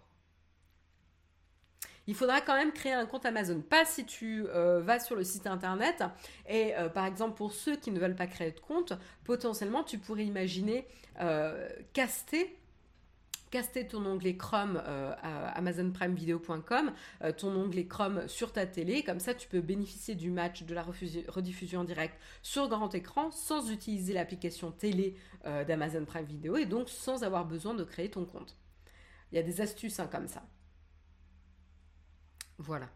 Il faudra quand même créer un compte Amazon. Pas si tu vas sur le site internet et par exemple pour ceux qui ne veulent pas créer de compte, potentiellement tu pourrais imaginer caster ton onglet Chrome à amazonprimevideo.com, ton onglet Chrome sur ta télé, comme ça tu peux bénéficier du match, de la rediffusion en direct sur grand écran sans utiliser l'application télé d'Amazon Prime Video et donc sans avoir besoin de créer ton compte. Il y a des astuces comme ça. Voilà.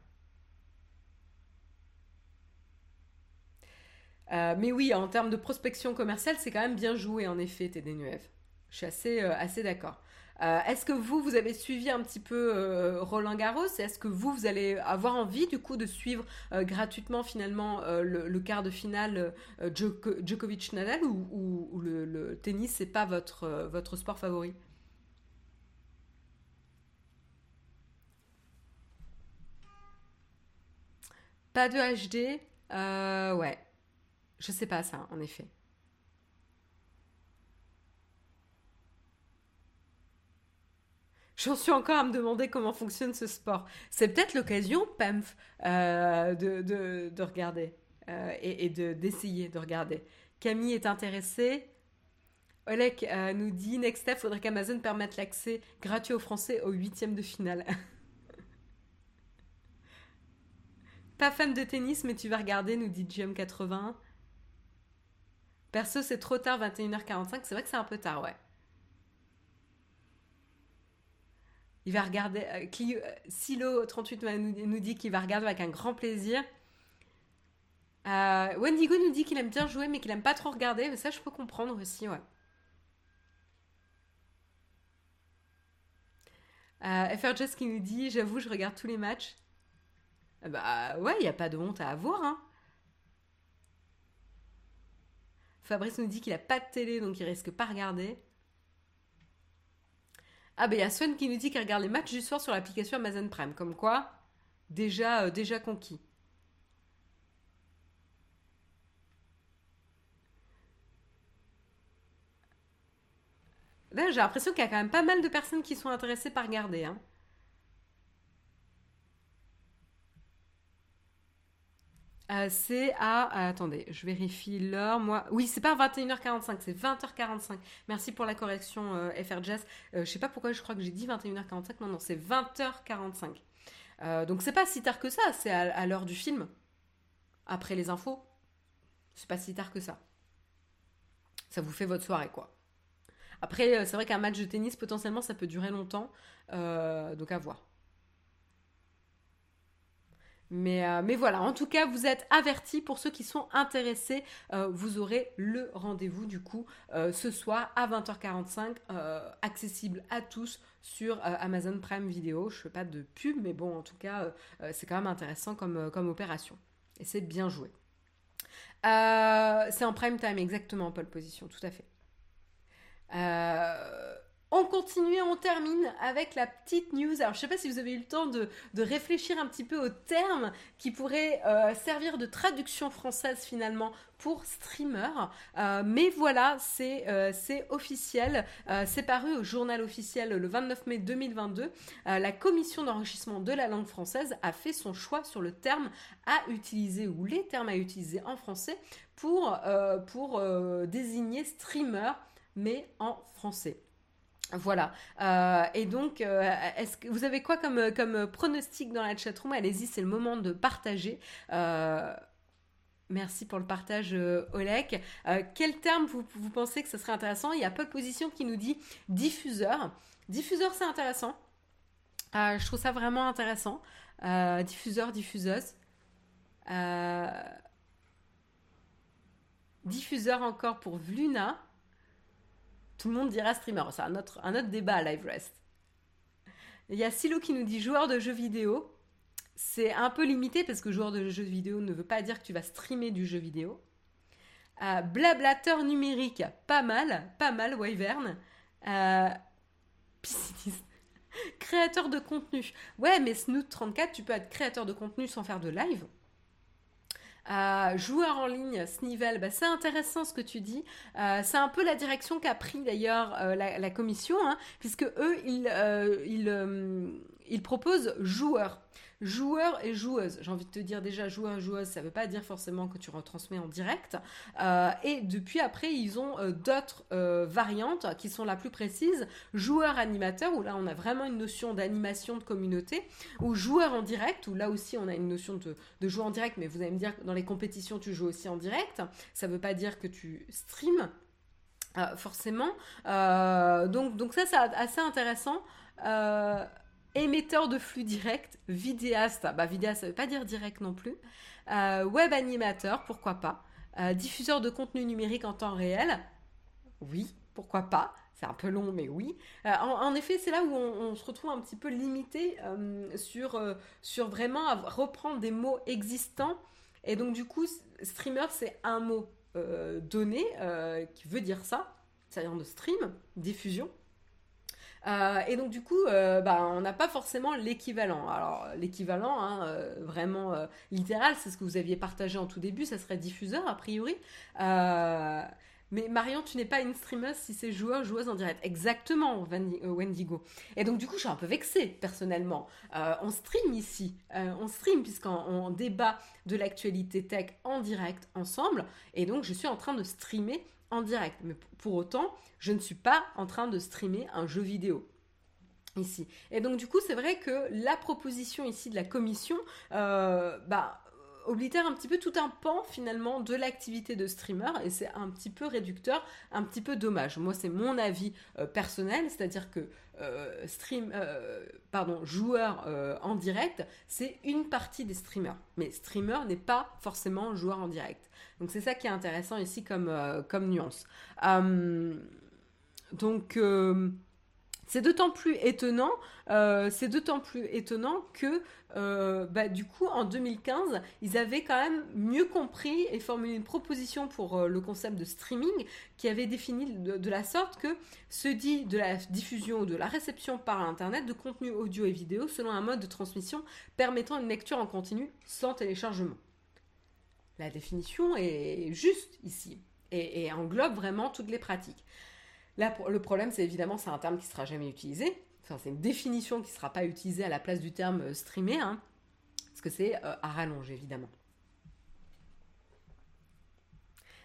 Mais oui, en termes de prospection commerciale, c'est quand même bien joué en effet, TD Nuev. Je suis assez d'accord. Est-ce que vous avez suivi un petit peu Roland Garros et est-ce que vous allez avoir envie du coup de suivre gratuitement finalement le quart de finale Djokovic-Nadal ou le tennis, c'est pas votre sport favori? Pas de HD. Ouais. Je sais pas ça, en effet. J'en suis encore à me demander comment fonctionne ce sport. C'est peut-être l'occasion, Pamf, de regarder d'essayer de regarder. Camille est intéressée. Oleg nous dit Next step, faudrait qu'Amazon permette l'accès gratuit aux Français au huitième de finale. Pas fan de tennis, mais tu vas regarder, nous dit GM80. Perso, c'est trop tard, 21h45. C'est vrai que c'est un peu tard, ouais. Il va regarder. Silo38 nous dit qu'il va regarder avec un grand plaisir. Wendigo nous dit qu'il aime bien jouer, mais qu'il aime pas trop regarder. Mais ça, je peux comprendre aussi, ouais. FRJS qui nous dit j'avoue, je regarde tous les matchs. Bah ouais, il n'y a pas de honte à avoir, hein. Fabrice nous dit qu'il a pas de télé, donc il risque pas regarder. Ah bah il y a Swan qui nous dit qu'il regarde les matchs du soir sur l'application Amazon Prime. Comme quoi, déjà conquis. Là, j'ai l'impression qu'il y a quand même pas mal de personnes qui sont intéressées par regarder, hein. C'est à... attendez, je vérifie l'heure, moi. Oui, c'est pas 21h45, c'est 20h45. Merci pour la correction, FR Jazz. Je sais pas pourquoi je crois que j'ai dit 21h45. Non, non, c'est 20h45. Donc c'est pas si tard que ça, c'est à l'heure du film. Après les infos, c'est pas si tard que ça. Ça vous fait votre soirée, quoi. Après, c'est vrai qu'un match de tennis, potentiellement, ça peut durer longtemps. Donc à voir. Mais voilà, en tout cas, vous êtes avertis pour ceux qui sont intéressés. Vous aurez le rendez-vous du coup ce soir à 20h45, accessible à tous sur Amazon Prime Video. Je ne fais pas de pub, mais bon, en tout cas, c'est quand même intéressant comme opération. Et c'est bien joué. C'est en prime time, exactement, en pole position, tout à fait. On continue et on termine avec la petite news. Alors, je ne sais pas si vous avez eu le temps de réfléchir un petit peu aux termes qui pourraient servir de traduction française finalement pour streamer. Mais voilà, c'est officiel. C'est paru au journal officiel le 29 mai 2022. La commission d'enrichissement de la langue française a fait son choix sur le terme à utiliser ou les termes à utiliser en français pour désigner streamer, mais en français. Voilà. Et donc, est-ce que vous avez quoi comme pronostic dans la chatroom? Allez-y, c'est le moment de partager. Merci pour le partage, Olek. Quel terme vous pensez que ce serait intéressant? Il y a Pole Position qui nous dit diffuseur. Diffuseur, c'est intéressant. Je trouve ça vraiment intéressant. Diffuseur, diffuseuse. Diffuseur encore pour Vluna. Tout le monde dira streamer. C'est un autre débat, Live Rest. Il y a Silo qui nous dit joueur de jeux vidéo. C'est un peu limité parce que joueur de jeux vidéo ne veut pas dire que tu vas streamer du jeu vidéo. Blablateur numérique, pas mal, Wyvern. Pisciniste. Créateur de contenu. Ouais, mais Snoot34, tu peux être créateur de contenu sans faire de live. Joueur en ligne, Snivel, c'est intéressant ce que tu dis. C'est un peu la direction qu'a pris d'ailleurs la commission, hein, puisque eux, ils proposent joueurs. Joueurs et joueuses. J'ai envie de te dire déjà joueur et joueuse, ça ne veut pas dire forcément que tu retransmets en direct. Et depuis après, ils ont d'autres variantes qui sont la plus précises. Joueur animateur, où là on a vraiment une notion d'animation de communauté. Ou joueur en direct, où là aussi on a une notion de jouer en direct, mais vous allez me dire que dans les compétitions tu joues aussi en direct. Ça ne veut pas dire que tu streams. Forcément. Donc ça, c'est assez intéressant. Émetteur de flux direct, vidéaste, vidéaste ça veut pas dire direct non plus, web animateur, pourquoi pas, diffuseur de contenu numérique en temps réel, oui, pourquoi pas, c'est un peu long mais oui. En effet, c'est là où on se retrouve un petit peu limité sur vraiment reprendre des mots existants, et donc du coup, streamer c'est un mot donné qui veut dire ça, c'est-à-dire de stream, diffusion. Et donc du coup, on n'a pas forcément l'équivalent. Alors l'équivalent, hein, vraiment littéral, c'est ce que vous aviez partagé en tout début, ça serait diffuseur a priori. Mais Marion, tu n'es pas une streameuse si c'est joueur, joueuse en direct. Exactement, Wendigo. Et donc du coup, je suis un peu vexée personnellement. On stream ici, on stream puisqu'on débat de l'actualité tech en direct ensemble. Et donc je suis en train de streamer en direct. Mais pour autant, je ne suis pas en train de streamer un jeu vidéo ici. Et donc du coup, c'est vrai que la proposition ici de la commission oblitère un petit peu tout un pan finalement de l'activité de streamer, et c'est un petit peu réducteur, un petit peu dommage. Moi, c'est mon avis personnel, c'est-à-dire que joueur en direct, c'est une partie des streamers. Mais streamer n'est pas forcément joueur en direct. Donc c'est ça qui est intéressant ici comme nuance. C'est d'autant plus étonnant que du coup en 2015 ils avaient quand même mieux compris et formulé une proposition pour le concept de streaming qui avait défini de la sorte que se dit de la diffusion ou de la réception par internet de contenu audio et vidéo selon un mode de transmission permettant une lecture en continu sans téléchargement. La définition est juste ici et englobe vraiment toutes les pratiques. Là, le problème, c'est évidemment, c'est un terme qui ne sera jamais utilisé. Enfin, c'est une définition qui ne sera pas utilisée à la place du terme streamer, hein, parce que c'est à rallonge, évidemment.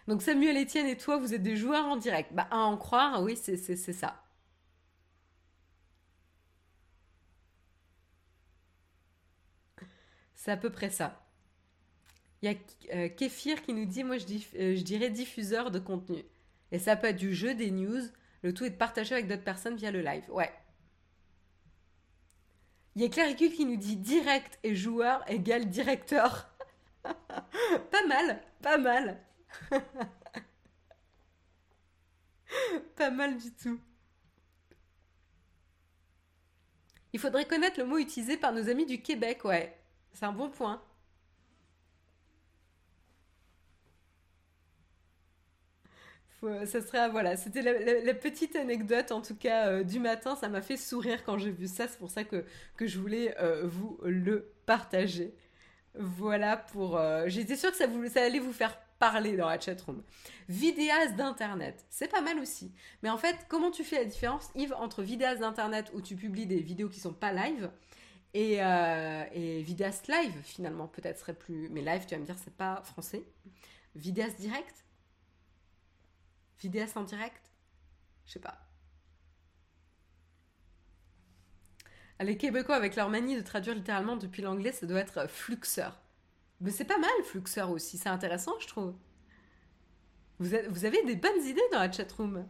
Donc Samuel Etienne et toi, vous êtes des joueurs en direct. Bah, à en croire, oui, c'est ça. C'est à peu près ça. Il y a Kéfir qui nous dit, moi je dirais diffuseur de contenu. Et ça peut être du jeu, des news. Le tout est de partager avec d'autres personnes via le live. Ouais. Il y a Claricule qui nous dit direct et joueur égale directeur. Pas mal, pas mal, pas mal du tout. Il faudrait connaître le mot utilisé par nos amis du Québec, ouais. C'est un bon point. Ça serait, voilà, c'était la petite anecdote en tout cas du matin. Ça m'a fait sourire quand j'ai vu ça. C'est pour ça que je voulais vous le partager. Voilà pour. J'étais sûre que ça allait vous faire parler dans la chatroom. Vidéastes d'internet, c'est pas mal aussi. Mais en fait, comment tu fais la différence, Yves, entre vidéastes d'internet où tu publies des vidéos qui sont pas live et vidéaste live finalement peut-être serait plus. Mais live, tu vas me dire, c'est pas français. Vidéaste direct, vidéaste en direct, je sais pas. Les Québécois avec leur manie de traduire littéralement depuis l'anglais, ça doit être fluxeur. Mais c'est pas mal, fluxeur aussi, c'est intéressant, je trouve. Vous avez des bonnes idées dans la chatroom.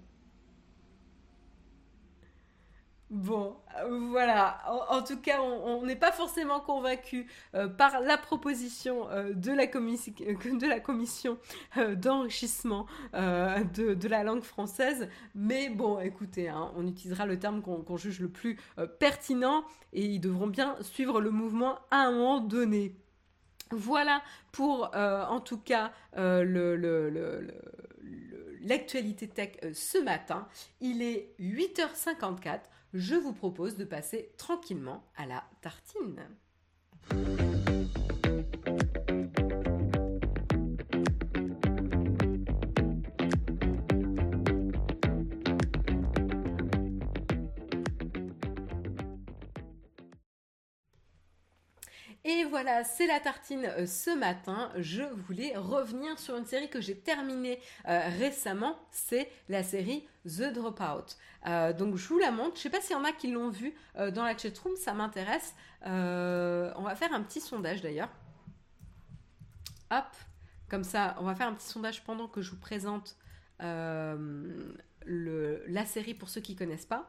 Bon, voilà. En tout cas, on n'est pas forcément convaincu par la proposition de la commission d'enrichissement de la langue française. Mais bon, écoutez, hein, on utilisera le terme qu'on juge le plus pertinent et ils devront bien suivre le mouvement à un moment donné. Voilà pour en tout cas l'actualité tech ce matin. Il est 8h54. Je vous propose de passer tranquillement à la tartine. Et voilà, c'est la tartine ce matin. Je voulais revenir sur une série que j'ai terminée récemment. C'est la série The Dropout. Donc je vous la montre. Je ne sais pas s'il y en a qui l'ont vue dans la chatroom, ça m'intéresse. On va faire un petit sondage d'ailleurs. Hop, comme ça, on va faire un petit sondage pendant que je vous présente la série pour ceux qui ne connaissent pas.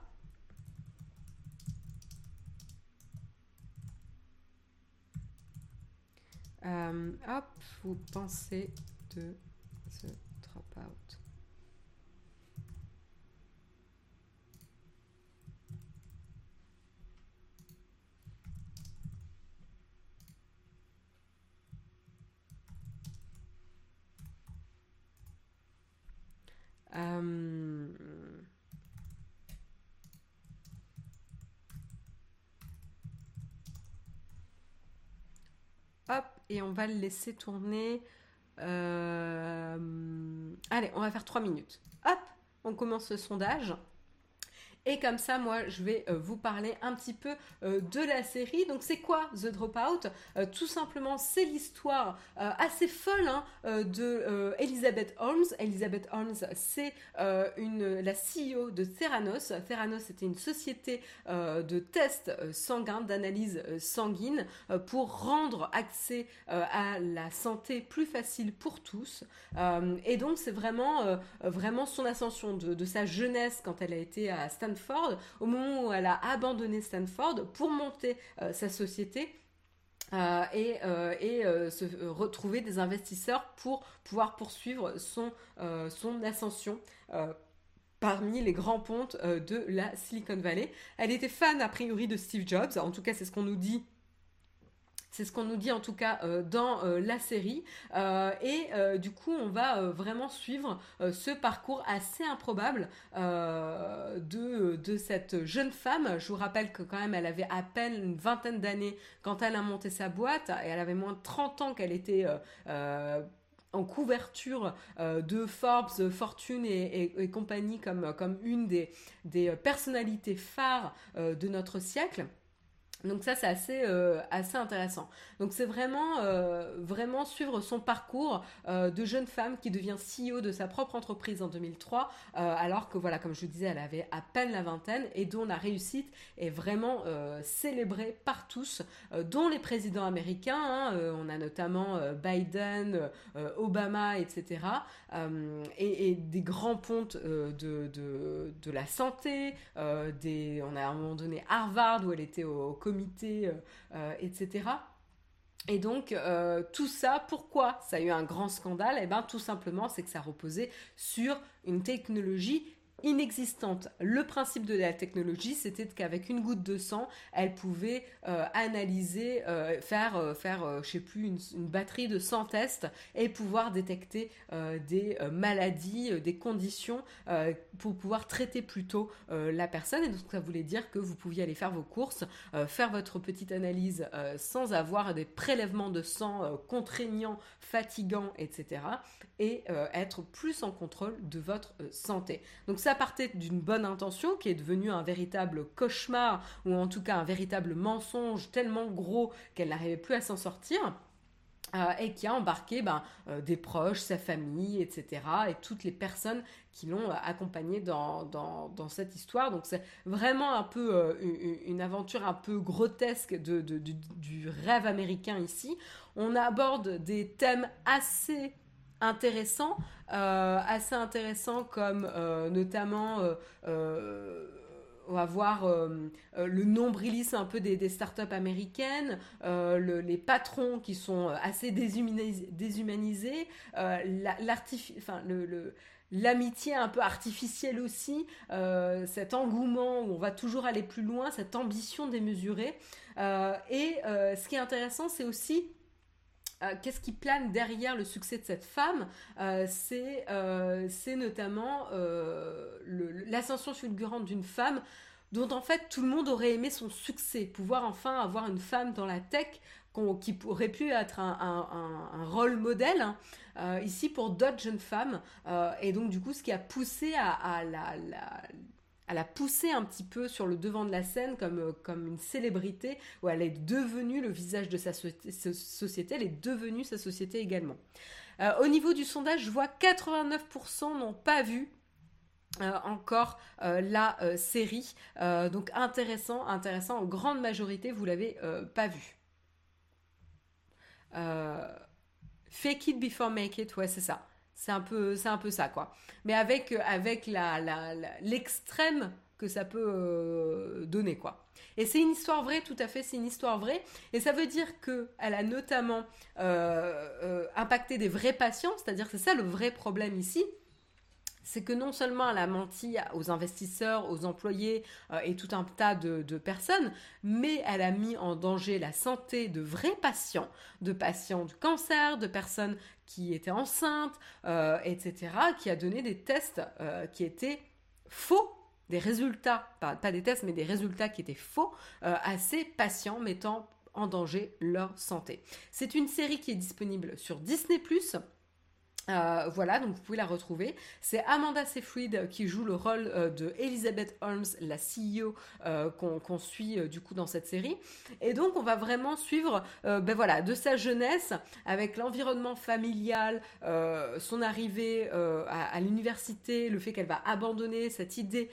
Hop, vous pensez de The Dropout. Hop, et on va le laisser tourner. Allez, on va faire 3 minutes. Hop, on commence le sondage. Et comme ça, moi, je vais vous parler un petit peu de la série. Donc, c'est quoi The Dropout? Tout simplement, c'est l'histoire assez folle hein, de Elizabeth Holmes. Elizabeth Holmes, c'est la CEO de Theranos. Theranos, c'était une société de tests sanguins, d'analyse sanguine, pour rendre accès à la santé plus facile pour tous. Et donc, c'est vraiment son ascension de sa jeunesse quand elle a été à Stanford, au moment où elle a abandonné Stanford pour monter sa société se retrouver des investisseurs pour pouvoir poursuivre son ascension parmi les grands pontes de la Silicon Valley. Elle était fan a priori de Steve Jobs, en tout cas c'est ce qu'on nous dit. C'est ce qu'on nous dit en tout cas dans la série. Du coup, on va vraiment suivre ce parcours assez improbable de cette jeune femme. Je vous rappelle que quand même, elle avait à peine une vingtaine d'années quand elle a monté sa boîte. Et elle avait moins de 30 ans qu'elle était en couverture de Forbes, Fortune et compagnie comme une des personnalités phares de notre siècle. Donc ça, c'est assez intéressant. Donc c'est vraiment suivre son parcours de jeune femme qui devient CEO de sa propre entreprise en 2003, alors que voilà, comme je vous disais, elle avait à peine la vingtaine et dont la réussite est vraiment célébrée par tous, dont les présidents américains. On a notamment Biden, Obama, etc. Et des grands pontes de la santé. On a à un moment donné Harvard où elle était au comité, etc. Et donc, tout ça, pourquoi ça a eu un grand scandale? Eh bien, tout simplement, c'est que ça reposait sur une technologie inexistante. Le principe de la technologie, c'était qu'avec une goutte de sang, elle pouvait analyser, je sais plus, une batterie de 100 tests et pouvoir détecter des maladies, des conditions pour pouvoir traiter plus tôt la personne. Et donc, ça voulait dire que vous pouviez aller faire vos courses, faire votre petite analyse sans avoir des prélèvements de sang contraignants, fatigants, etc. Et être plus en contrôle de votre santé. Donc ça partait d'une bonne intention qui est devenue un véritable cauchemar ou en tout cas un véritable mensonge tellement gros qu'elle n'arrivait plus à s'en sortir. Et qui a embarqué des proches, sa famille, etc. et toutes les personnes qui l'ont accompagné dans cette histoire. Donc c'est vraiment un peu une aventure un peu grotesque du rêve américain ici. On aborde des thèmes assez intéressants comme notamment on va voir le nombrilisme un peu des startups américaines, les patrons qui sont assez déshumanisés, l'amitié un peu artificielle aussi, cet engouement où on va toujours aller plus loin, cette ambition démesurée. Ce qui est intéressant, c'est aussi qu'est-ce qui plane derrière le succès de cette femme. C'est notamment l'ascension fulgurante d'une femme dont en fait tout le monde aurait aimé son succès, pouvoir enfin avoir une femme dans la tech qui aurait pu être un rôle modèle, hein, ici pour d'autres jeunes femmes, et donc du coup ce qui a poussé à la pousser un petit peu sur le devant de la scène comme une célébrité, où elle est devenue le visage de sa société, elle est devenue sa société également. Au niveau du sondage, je vois 89% n'ont pas vu encore la série, donc intéressant, en grande majorité vous l'avez pas vu. Fake it before make it, ouais c'est ça. C'est un peu ça quoi. Mais avec l'extrême que ça peut donner quoi. Et c'est une histoire vraie, tout à fait, c'est une histoire vraie. Et ça veut dire qu'elle a notamment impacté des vrais patients, c'est-à-dire que c'est ça le vrai problème ici. C'est que non seulement elle a menti aux investisseurs, aux employés et tout un tas de personnes, mais elle a mis en danger la santé de vrais patients, de patients du cancer, de personnes qui étaient enceintes, etc., qui a donné des tests qui étaient faux, des résultats, pas des tests, mais des résultats qui étaient faux à ces patients mettant en danger leur santé. C'est une série qui est disponible sur Disney+. Voilà, donc vous pouvez la retrouver. C'est Amanda Seyfried qui joue le rôle de Elizabeth Holmes, la CEO qu'on suit du coup dans cette série. Et donc on va vraiment suivre de sa jeunesse avec l'environnement familial, son arrivée à l'université, le fait qu'elle va abandonner cette idée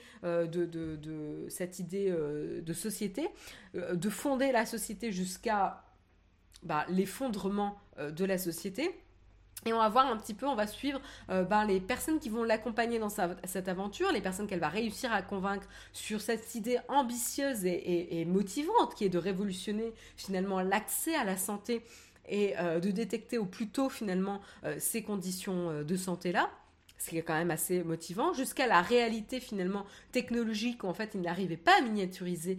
de société, de fonder la société jusqu'à l'effondrement de la société. Et on va voir un petit peu, on va suivre les personnes qui vont l'accompagner dans cette aventure, les personnes qu'elle va réussir à convaincre sur cette idée ambitieuse et motivante qui est de révolutionner finalement l'accès à la santé et de détecter au plus tôt finalement ces conditions de santé-là. Ce qui est quand même assez motivant, jusqu'à la réalité finalement technologique où en fait il n'arrivait pas à miniaturiser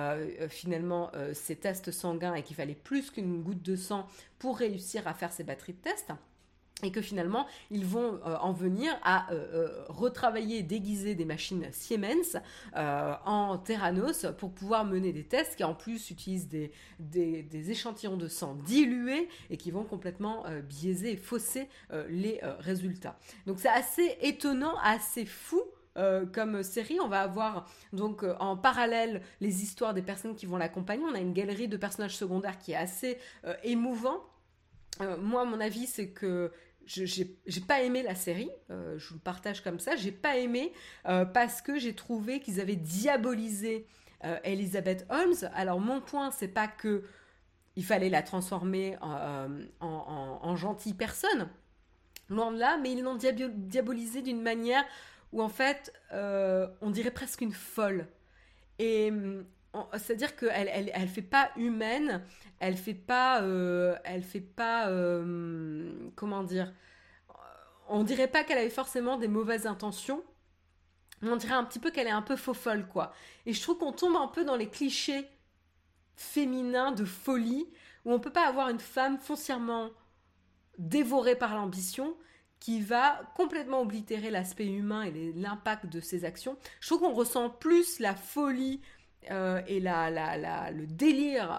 ces tests sanguins et qu'il fallait plus qu'une goutte de sang pour réussir à faire ces batteries de tests. Et que finalement, ils vont en venir à retravailler et déguiser des machines Siemens en Theranos pour pouvoir mener des tests qui en plus utilisent des échantillons de sang dilués et qui vont complètement biaiser et fausser les résultats. Donc c'est assez étonnant, assez fou, comme série. On va avoir donc en parallèle les histoires des personnes qui vont l'accompagner. On a une galerie de personnages secondaires qui est assez émouvant. Moi, mon avis, c'est que j'ai pas aimé la série, je vous le partage comme ça, j'ai pas aimé parce que j'ai trouvé qu'ils avaient diabolisé Elizabeth Holmes. Alors mon point, c'est pas que il fallait la transformer en gentille personne, loin de là, mais ils l'ont diabolisée d'une manière où en fait on dirait presque une folle. Et c'est-à-dire qu'elle elle fait pas humaine, elle fait pas comment dire, on dirait pas qu'elle avait forcément des mauvaises intentions, mais on dirait un petit peu qu'elle est un peu faux folle quoi. Et je trouve qu'on tombe un peu dans les clichés féminins de folie où on peut pas avoir une femme foncièrement dévorée par l'ambition qui va complètement oblitérer l'aspect humain et l'impact de ses actions. Je trouve qu'on ressent plus la folie et le délire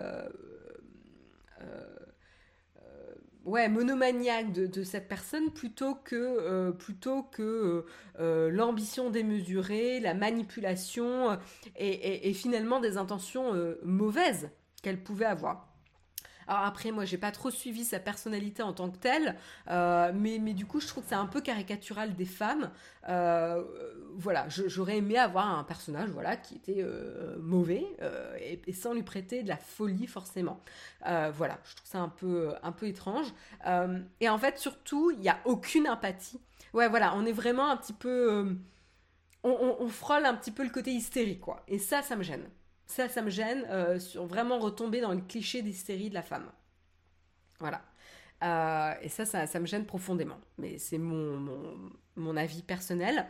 euh, ouais, monomaniaque de cette personne plutôt que l'ambition démesurée, la manipulation et finalement des intentions mauvaises qu'elle pouvait avoir. Alors après, moi, j'ai pas trop suivi sa personnalité en tant que telle, mais du coup, je trouve que c'est un peu caricatural des femmes. Euh, voilà, j'aurais aimé avoir un personnage, voilà, qui était mauvais et sans lui prêter de la folie forcément. Voilà, je trouve ça un peu étrange. Et en fait, surtout, il y a aucune empathie. Ouais, voilà, on est vraiment un petit peu, on frôle un petit peu le côté hystérique, quoi. Et ça me gêne. Ça me gêne sur vraiment retomber dans le cliché d'hystérie de la femme. Voilà. Et ça me gêne profondément. Mais c'est mon avis personnel.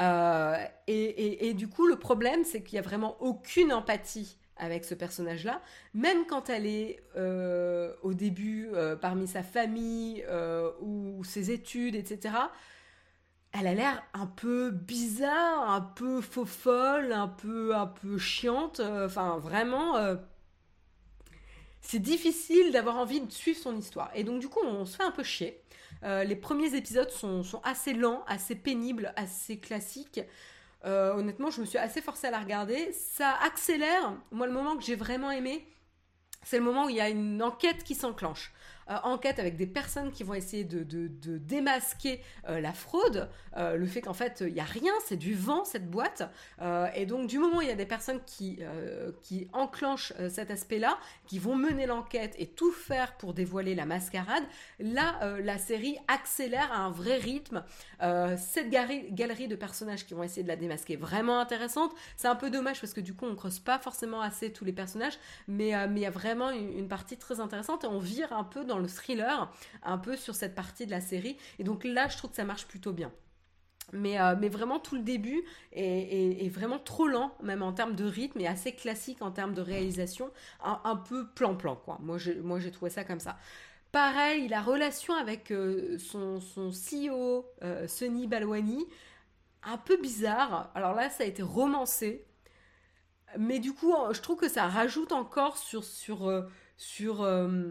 Et du coup, le problème, c'est qu'il n'y a vraiment aucune empathie avec ce personnage-là. Même quand elle est au début parmi sa famille ou ses études, etc., elle a l'air un peu bizarre, un peu faux folle, un peu chiante. Enfin, vraiment, c'est difficile d'avoir envie de suivre son histoire. Et donc, du coup, on se fait un peu chier. Les premiers épisodes sont assez lents, assez pénibles, assez classiques. Honnêtement, je me suis assez forcée à la regarder. Ça accélère. Moi, le moment que j'ai vraiment aimé, c'est le moment où il y a une enquête qui s'enclenche. Enquête avec des personnes qui vont essayer de démasquer la fraude, le fait qu'en fait il n'y a rien, c'est du vent cette boîte, et donc du moment où il y a des personnes qui enclenchent cet aspect-là, qui vont mener l'enquête et tout faire pour dévoiler la mascarade, là la série accélère à un vrai rythme. Cette galerie de personnages qui vont essayer de la démasquer est vraiment intéressante. C'est un peu dommage parce que du coup on ne creuse pas forcément assez tous les personnages, mais il y a vraiment une partie très intéressante et on vire un peu dans le thriller, un peu sur cette partie de la série. Et donc là, je trouve que ça marche plutôt bien. Mais vraiment, tout le début est vraiment trop lent, même en termes de rythme, et assez classique en termes de réalisation, un peu plan-plan, quoi. Moi, j'ai trouvé ça comme ça. Pareil, la relation avec son CEO, Sunny Balwani, un peu bizarre. Alors là, ça a été romancé, mais du coup, je trouve que ça rajoute encore sur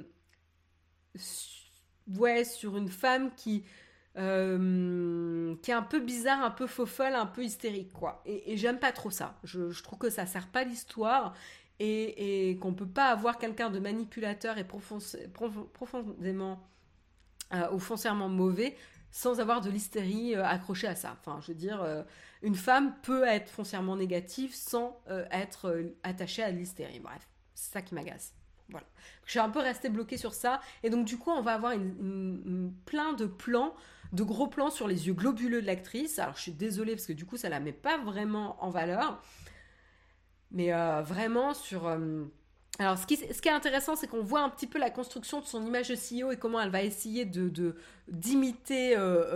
ouais, sur une femme qui est un peu bizarre, un peu faux folle, un peu hystérique, quoi. Et j'aime pas trop ça. Je trouve que ça sert pas l'histoire et qu'on peut pas avoir quelqu'un de manipulateur et profondément ou foncièrement mauvais sans avoir de l'hystérie accrochée à ça. Enfin, je veux dire, une femme peut être foncièrement négative sans être attachée à l'hystérie. Bref, c'est ça qui m'agace. Voilà. Je suis un peu restée bloquée sur ça. Et donc, du coup, on va avoir plein de plans, de gros plans sur les yeux globuleux de l'actrice. Alors, je suis désolée parce que du coup, ça la met pas vraiment en valeur. Mais vraiment sur... alors, ce qui est intéressant, c'est qu'on voit un petit peu la construction de son image de CEO et comment elle va essayer d'imiter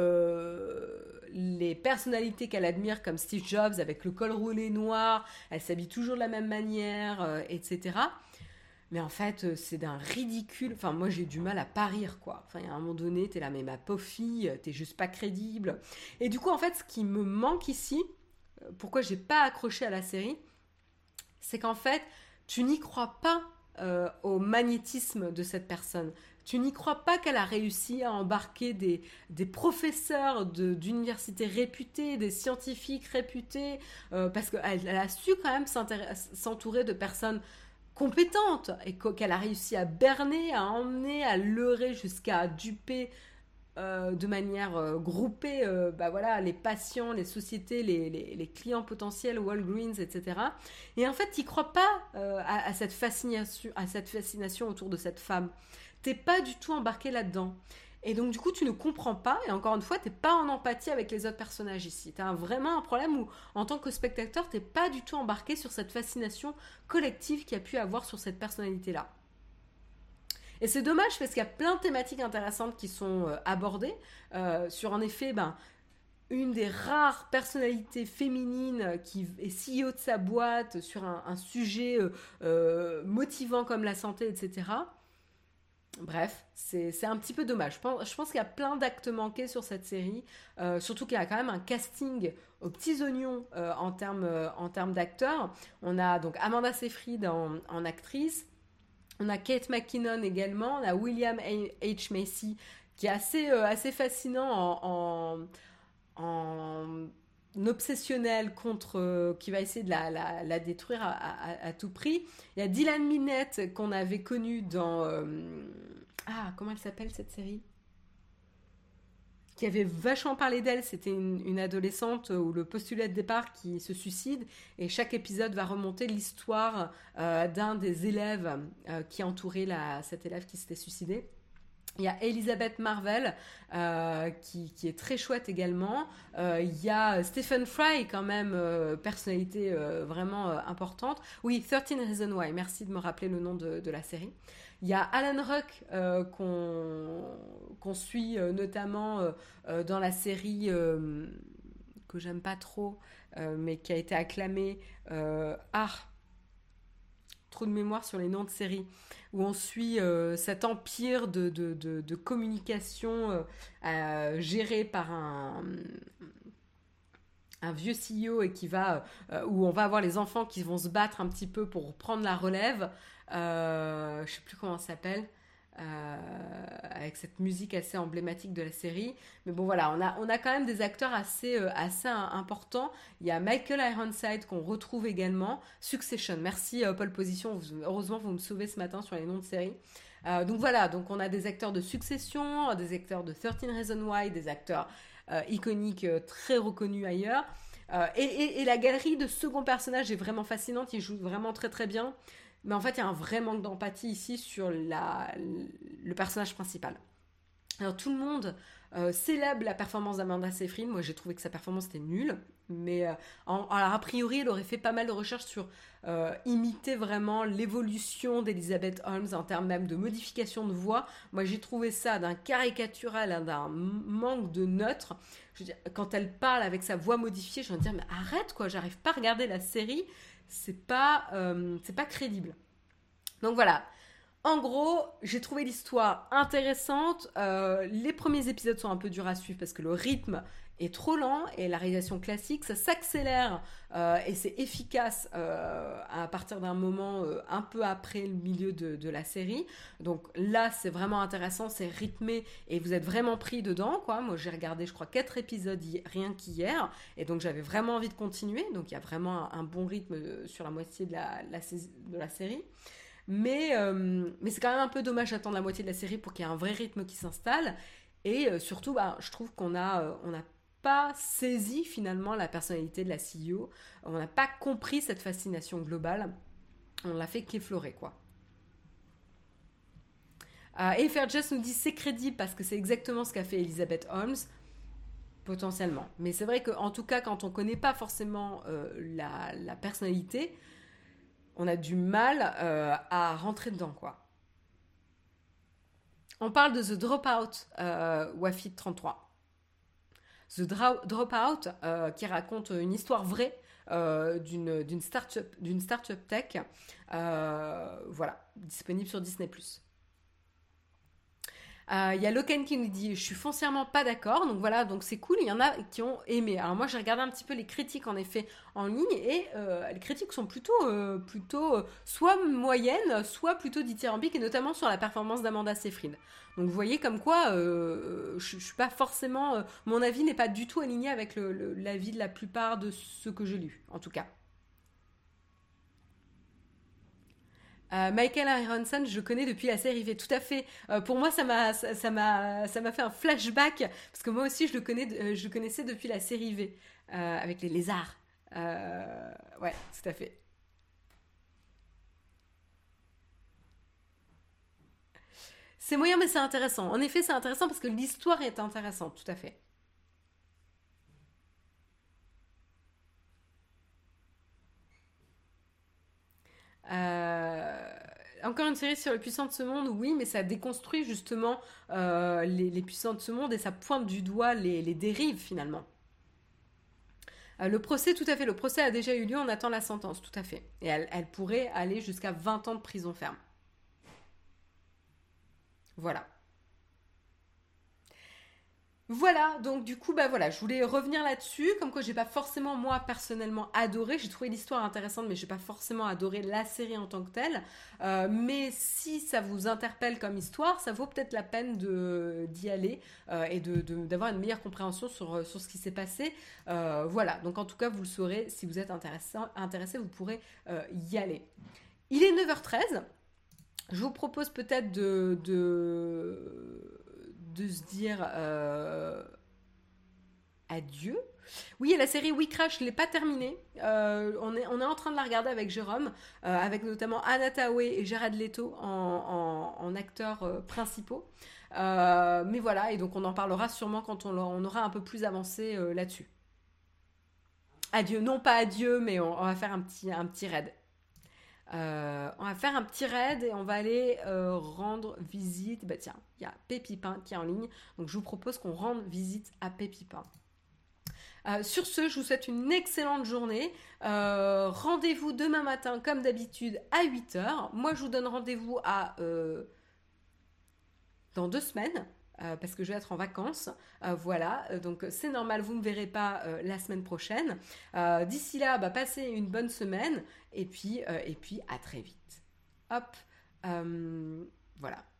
les personnalités qu'elle admire, comme Steve Jobs, avec le col roulé noir. Elle s'habille toujours de la même manière, etc. Mais en fait, c'est d'un ridicule. Enfin, moi, j'ai du mal à pas rire, quoi. Enfin, il y a un moment donné, t'es là, mais ma pauvre fille, t'es juste pas crédible. Et du coup, en fait, ce qui me manque ici, pourquoi j'ai pas accroché à la série, c'est qu'en fait, tu n'y crois pas au magnétisme de cette personne. Tu n'y crois pas qu'elle a réussi à embarquer des professeurs d'universités réputées, des scientifiques réputés, parce qu'elle a su quand même s'entourer de personnes compétente et qu'elle a réussi à berner, à emmener, à leurrer jusqu'à duper de manière groupée bah voilà, les patients, les sociétés, les clients potentiels, Walgreens, etc. Et en fait, tu crois pas à cette fascination autour de cette femme. T'es pas du tout embarqué là-dedans. Et donc, du coup, tu ne comprends pas, et encore une fois, t'es pas en empathie avec les autres personnages ici. T'as vraiment un problème où, en tant que spectateur, t'es pas du tout embarqué sur cette fascination collective qu'il y a pu avoir sur cette personnalité-là. Et c'est dommage parce qu'il y a plein de thématiques intéressantes qui sont abordées sur en effet une des rares personnalités féminines qui est CEO de sa boîte sur un sujet motivant comme la santé, etc. Bref, c'est un petit peu dommage. Je pense qu'il y a plein d'actes manqués sur cette série, surtout qu'il y a quand même un casting aux petits oignons en termes d'acteurs. On a donc Amanda Seyfried en actrice, on a Kate McKinnon également, on a William H. Macy qui est assez fascinant en obsessionnel qui va essayer de la détruire à tout prix. Il y a Dylan Minnette qu'on avait connu dans comment elle s'appelle cette série, qui avait vachement parlé d'elle. C'était une adolescente où le postulat de départ qui se suicide, et chaque épisode va remonter l'histoire d'un des élèves qui entourait cet élève qui s'était suicidé. Il y a Elizabeth Marvel qui est très chouette également. Il y a Stephen Fry quand même, personnalité vraiment importante. Oui, 13 Reasons Why, merci de me rappeler le nom de la série. Il y a Alan Ruck qu'on suit notamment dans la série que j'aime pas trop, mais qui a été acclamée. Trop de mémoire sur les noms de séries, où on suit cet empire de communication géré par un vieux CEO et où on va avoir les enfants qui vont se battre un petit peu pour prendre la relève. Je sais plus comment ça s'appelle. Avec cette musique assez emblématique de la série. Mais bon voilà, on a quand même des acteurs assez importants. Il y a Michael Ironside qu'on retrouve également. Succession, merci Paul Position, heureusement vous me sauvez ce matin sur les noms de séries. Donc voilà, donc on a des acteurs de Succession, des acteurs de 13 Reasons Why, des acteurs iconiques très reconnus ailleurs. Et la galerie de second personnage est vraiment fascinante, ils jouent vraiment très très bien. Mais en fait, il y a un vrai manque d'empathie ici sur le personnage principal. Alors, tout le monde célèbre la performance d'Amanda Seyfried. Moi, j'ai trouvé que sa performance était nulle. Mais alors, a priori, elle aurait fait pas mal de recherches sur imiter vraiment l'évolution d'Elizabeth Holmes en termes même de modification de voix. Moi, j'ai trouvé ça d'un caricatural, d'un manque de neutre. Je veux dire, quand elle parle avec sa voix modifiée, je vais me dire, mais arrête quoi, j'arrive pas à regarder la série. C'est pas crédible. Donc voilà. En gros, j'ai trouvé l'histoire intéressante. Les premiers épisodes sont un peu durs à suivre parce que le rythme est trop lent et la réalisation classique, ça s'accélère et c'est efficace à partir d'un moment un peu après le milieu de la série. Donc là, c'est vraiment intéressant, c'est rythmé et vous êtes vraiment pris dedans, quoi. Moi, j'ai regardé, je crois, 4 épisodes rien qu'hier et donc j'avais vraiment envie de continuer. Donc il y a vraiment un bon rythme sur la moitié de la série. Mais c'est quand même un peu dommage d'attendre la moitié de la série pour qu'il y ait un vrai rythme qui s'installe. Et surtout, je trouve qu'on a pas saisi finalement la personnalité de la CEO. On n'a pas compris cette fascination globale. On l'a fait qu'effleurer, quoi. Et Fairjust nous dit c'est crédible parce que c'est exactement ce qu'a fait Elizabeth Holmes. Potentiellement. Mais c'est vrai qu'en tout cas, quand on ne connaît pas forcément la personnalité, on a du mal à rentrer dedans, quoi. On parle de The Dropout, Wafid 33. The Dropout, qui raconte une histoire vraie d'une start-up tech. Voilà, disponible sur Disney+. Il y a Loken qui nous dit je suis foncièrement pas d'accord, donc voilà, donc c'est cool, il y en a qui ont aimé. Alors moi j'ai regardé un petit peu les critiques en effet en ligne et les critiques sont plutôt soit moyennes, soit plutôt dithyrambiques et notamment sur la performance d'Amanda Seyfried. Donc vous voyez comme quoi je suis pas forcément, mon avis n'est pas du tout aligné avec l'avis de la plupart de ceux que j'ai lus en tout cas. Michael Ironson, je le connais depuis la série V, tout à fait. Pour moi, ça m'a fait un flashback parce que moi aussi, je le connaissais depuis la série V avec les lézards. Ouais, tout à fait. C'est moyen, mais c'est intéressant. En effet, c'est intéressant parce que l'histoire est intéressante, tout à fait. Euh, Encore une série sur les puissants de ce monde, oui, mais ça déconstruit justement les puissants de ce monde et ça pointe du doigt les dérives finalement. Le procès, tout à fait, le procès a déjà eu lieu, on attend la sentence, tout à fait. Et elle pourrait aller jusqu'à 20 ans de prison ferme. Voilà. Voilà, donc du coup, bah voilà, je voulais revenir là-dessus, comme quoi j'ai pas forcément moi personnellement adoré, j'ai trouvé l'histoire intéressante, mais j'ai pas forcément adoré la série en tant que telle. Mais si ça vous interpelle comme histoire, ça vaut peut-être la peine d'y aller et d'avoir une meilleure compréhension sur ce qui s'est passé. Voilà, donc en tout cas, vous le saurez, si vous êtes intéressé, vous pourrez y aller. Il est 9h13. Je vous propose peut-être de se dire adieu. Oui, et la série We Crash, je ne l'ai pas terminée. On est en train de la regarder avec Jérôme, avec notamment Anna Thaoué et Jared Leto en acteurs principaux. Mais voilà, et donc on en parlera sûrement quand on aura un peu plus avancé là-dessus. Adieu, non pas adieu, mais on va faire un petit raid. On va faire un petit raid et on va aller rendre visite. Bah tiens, il y a Pépipin qui est en ligne. Donc je vous propose qu'on rende visite à Pépipin. Sur ce, je vous souhaite une excellente journée. Rendez-vous demain matin, comme d'habitude, à 8h. Moi, je vous donne rendez-vous dans 2 semaines. Parce que je vais être en vacances. Voilà, donc c'est normal, vous ne me verrez pas la semaine prochaine. D'ici là, bah, passez une bonne semaine et puis à très vite. Hop, voilà.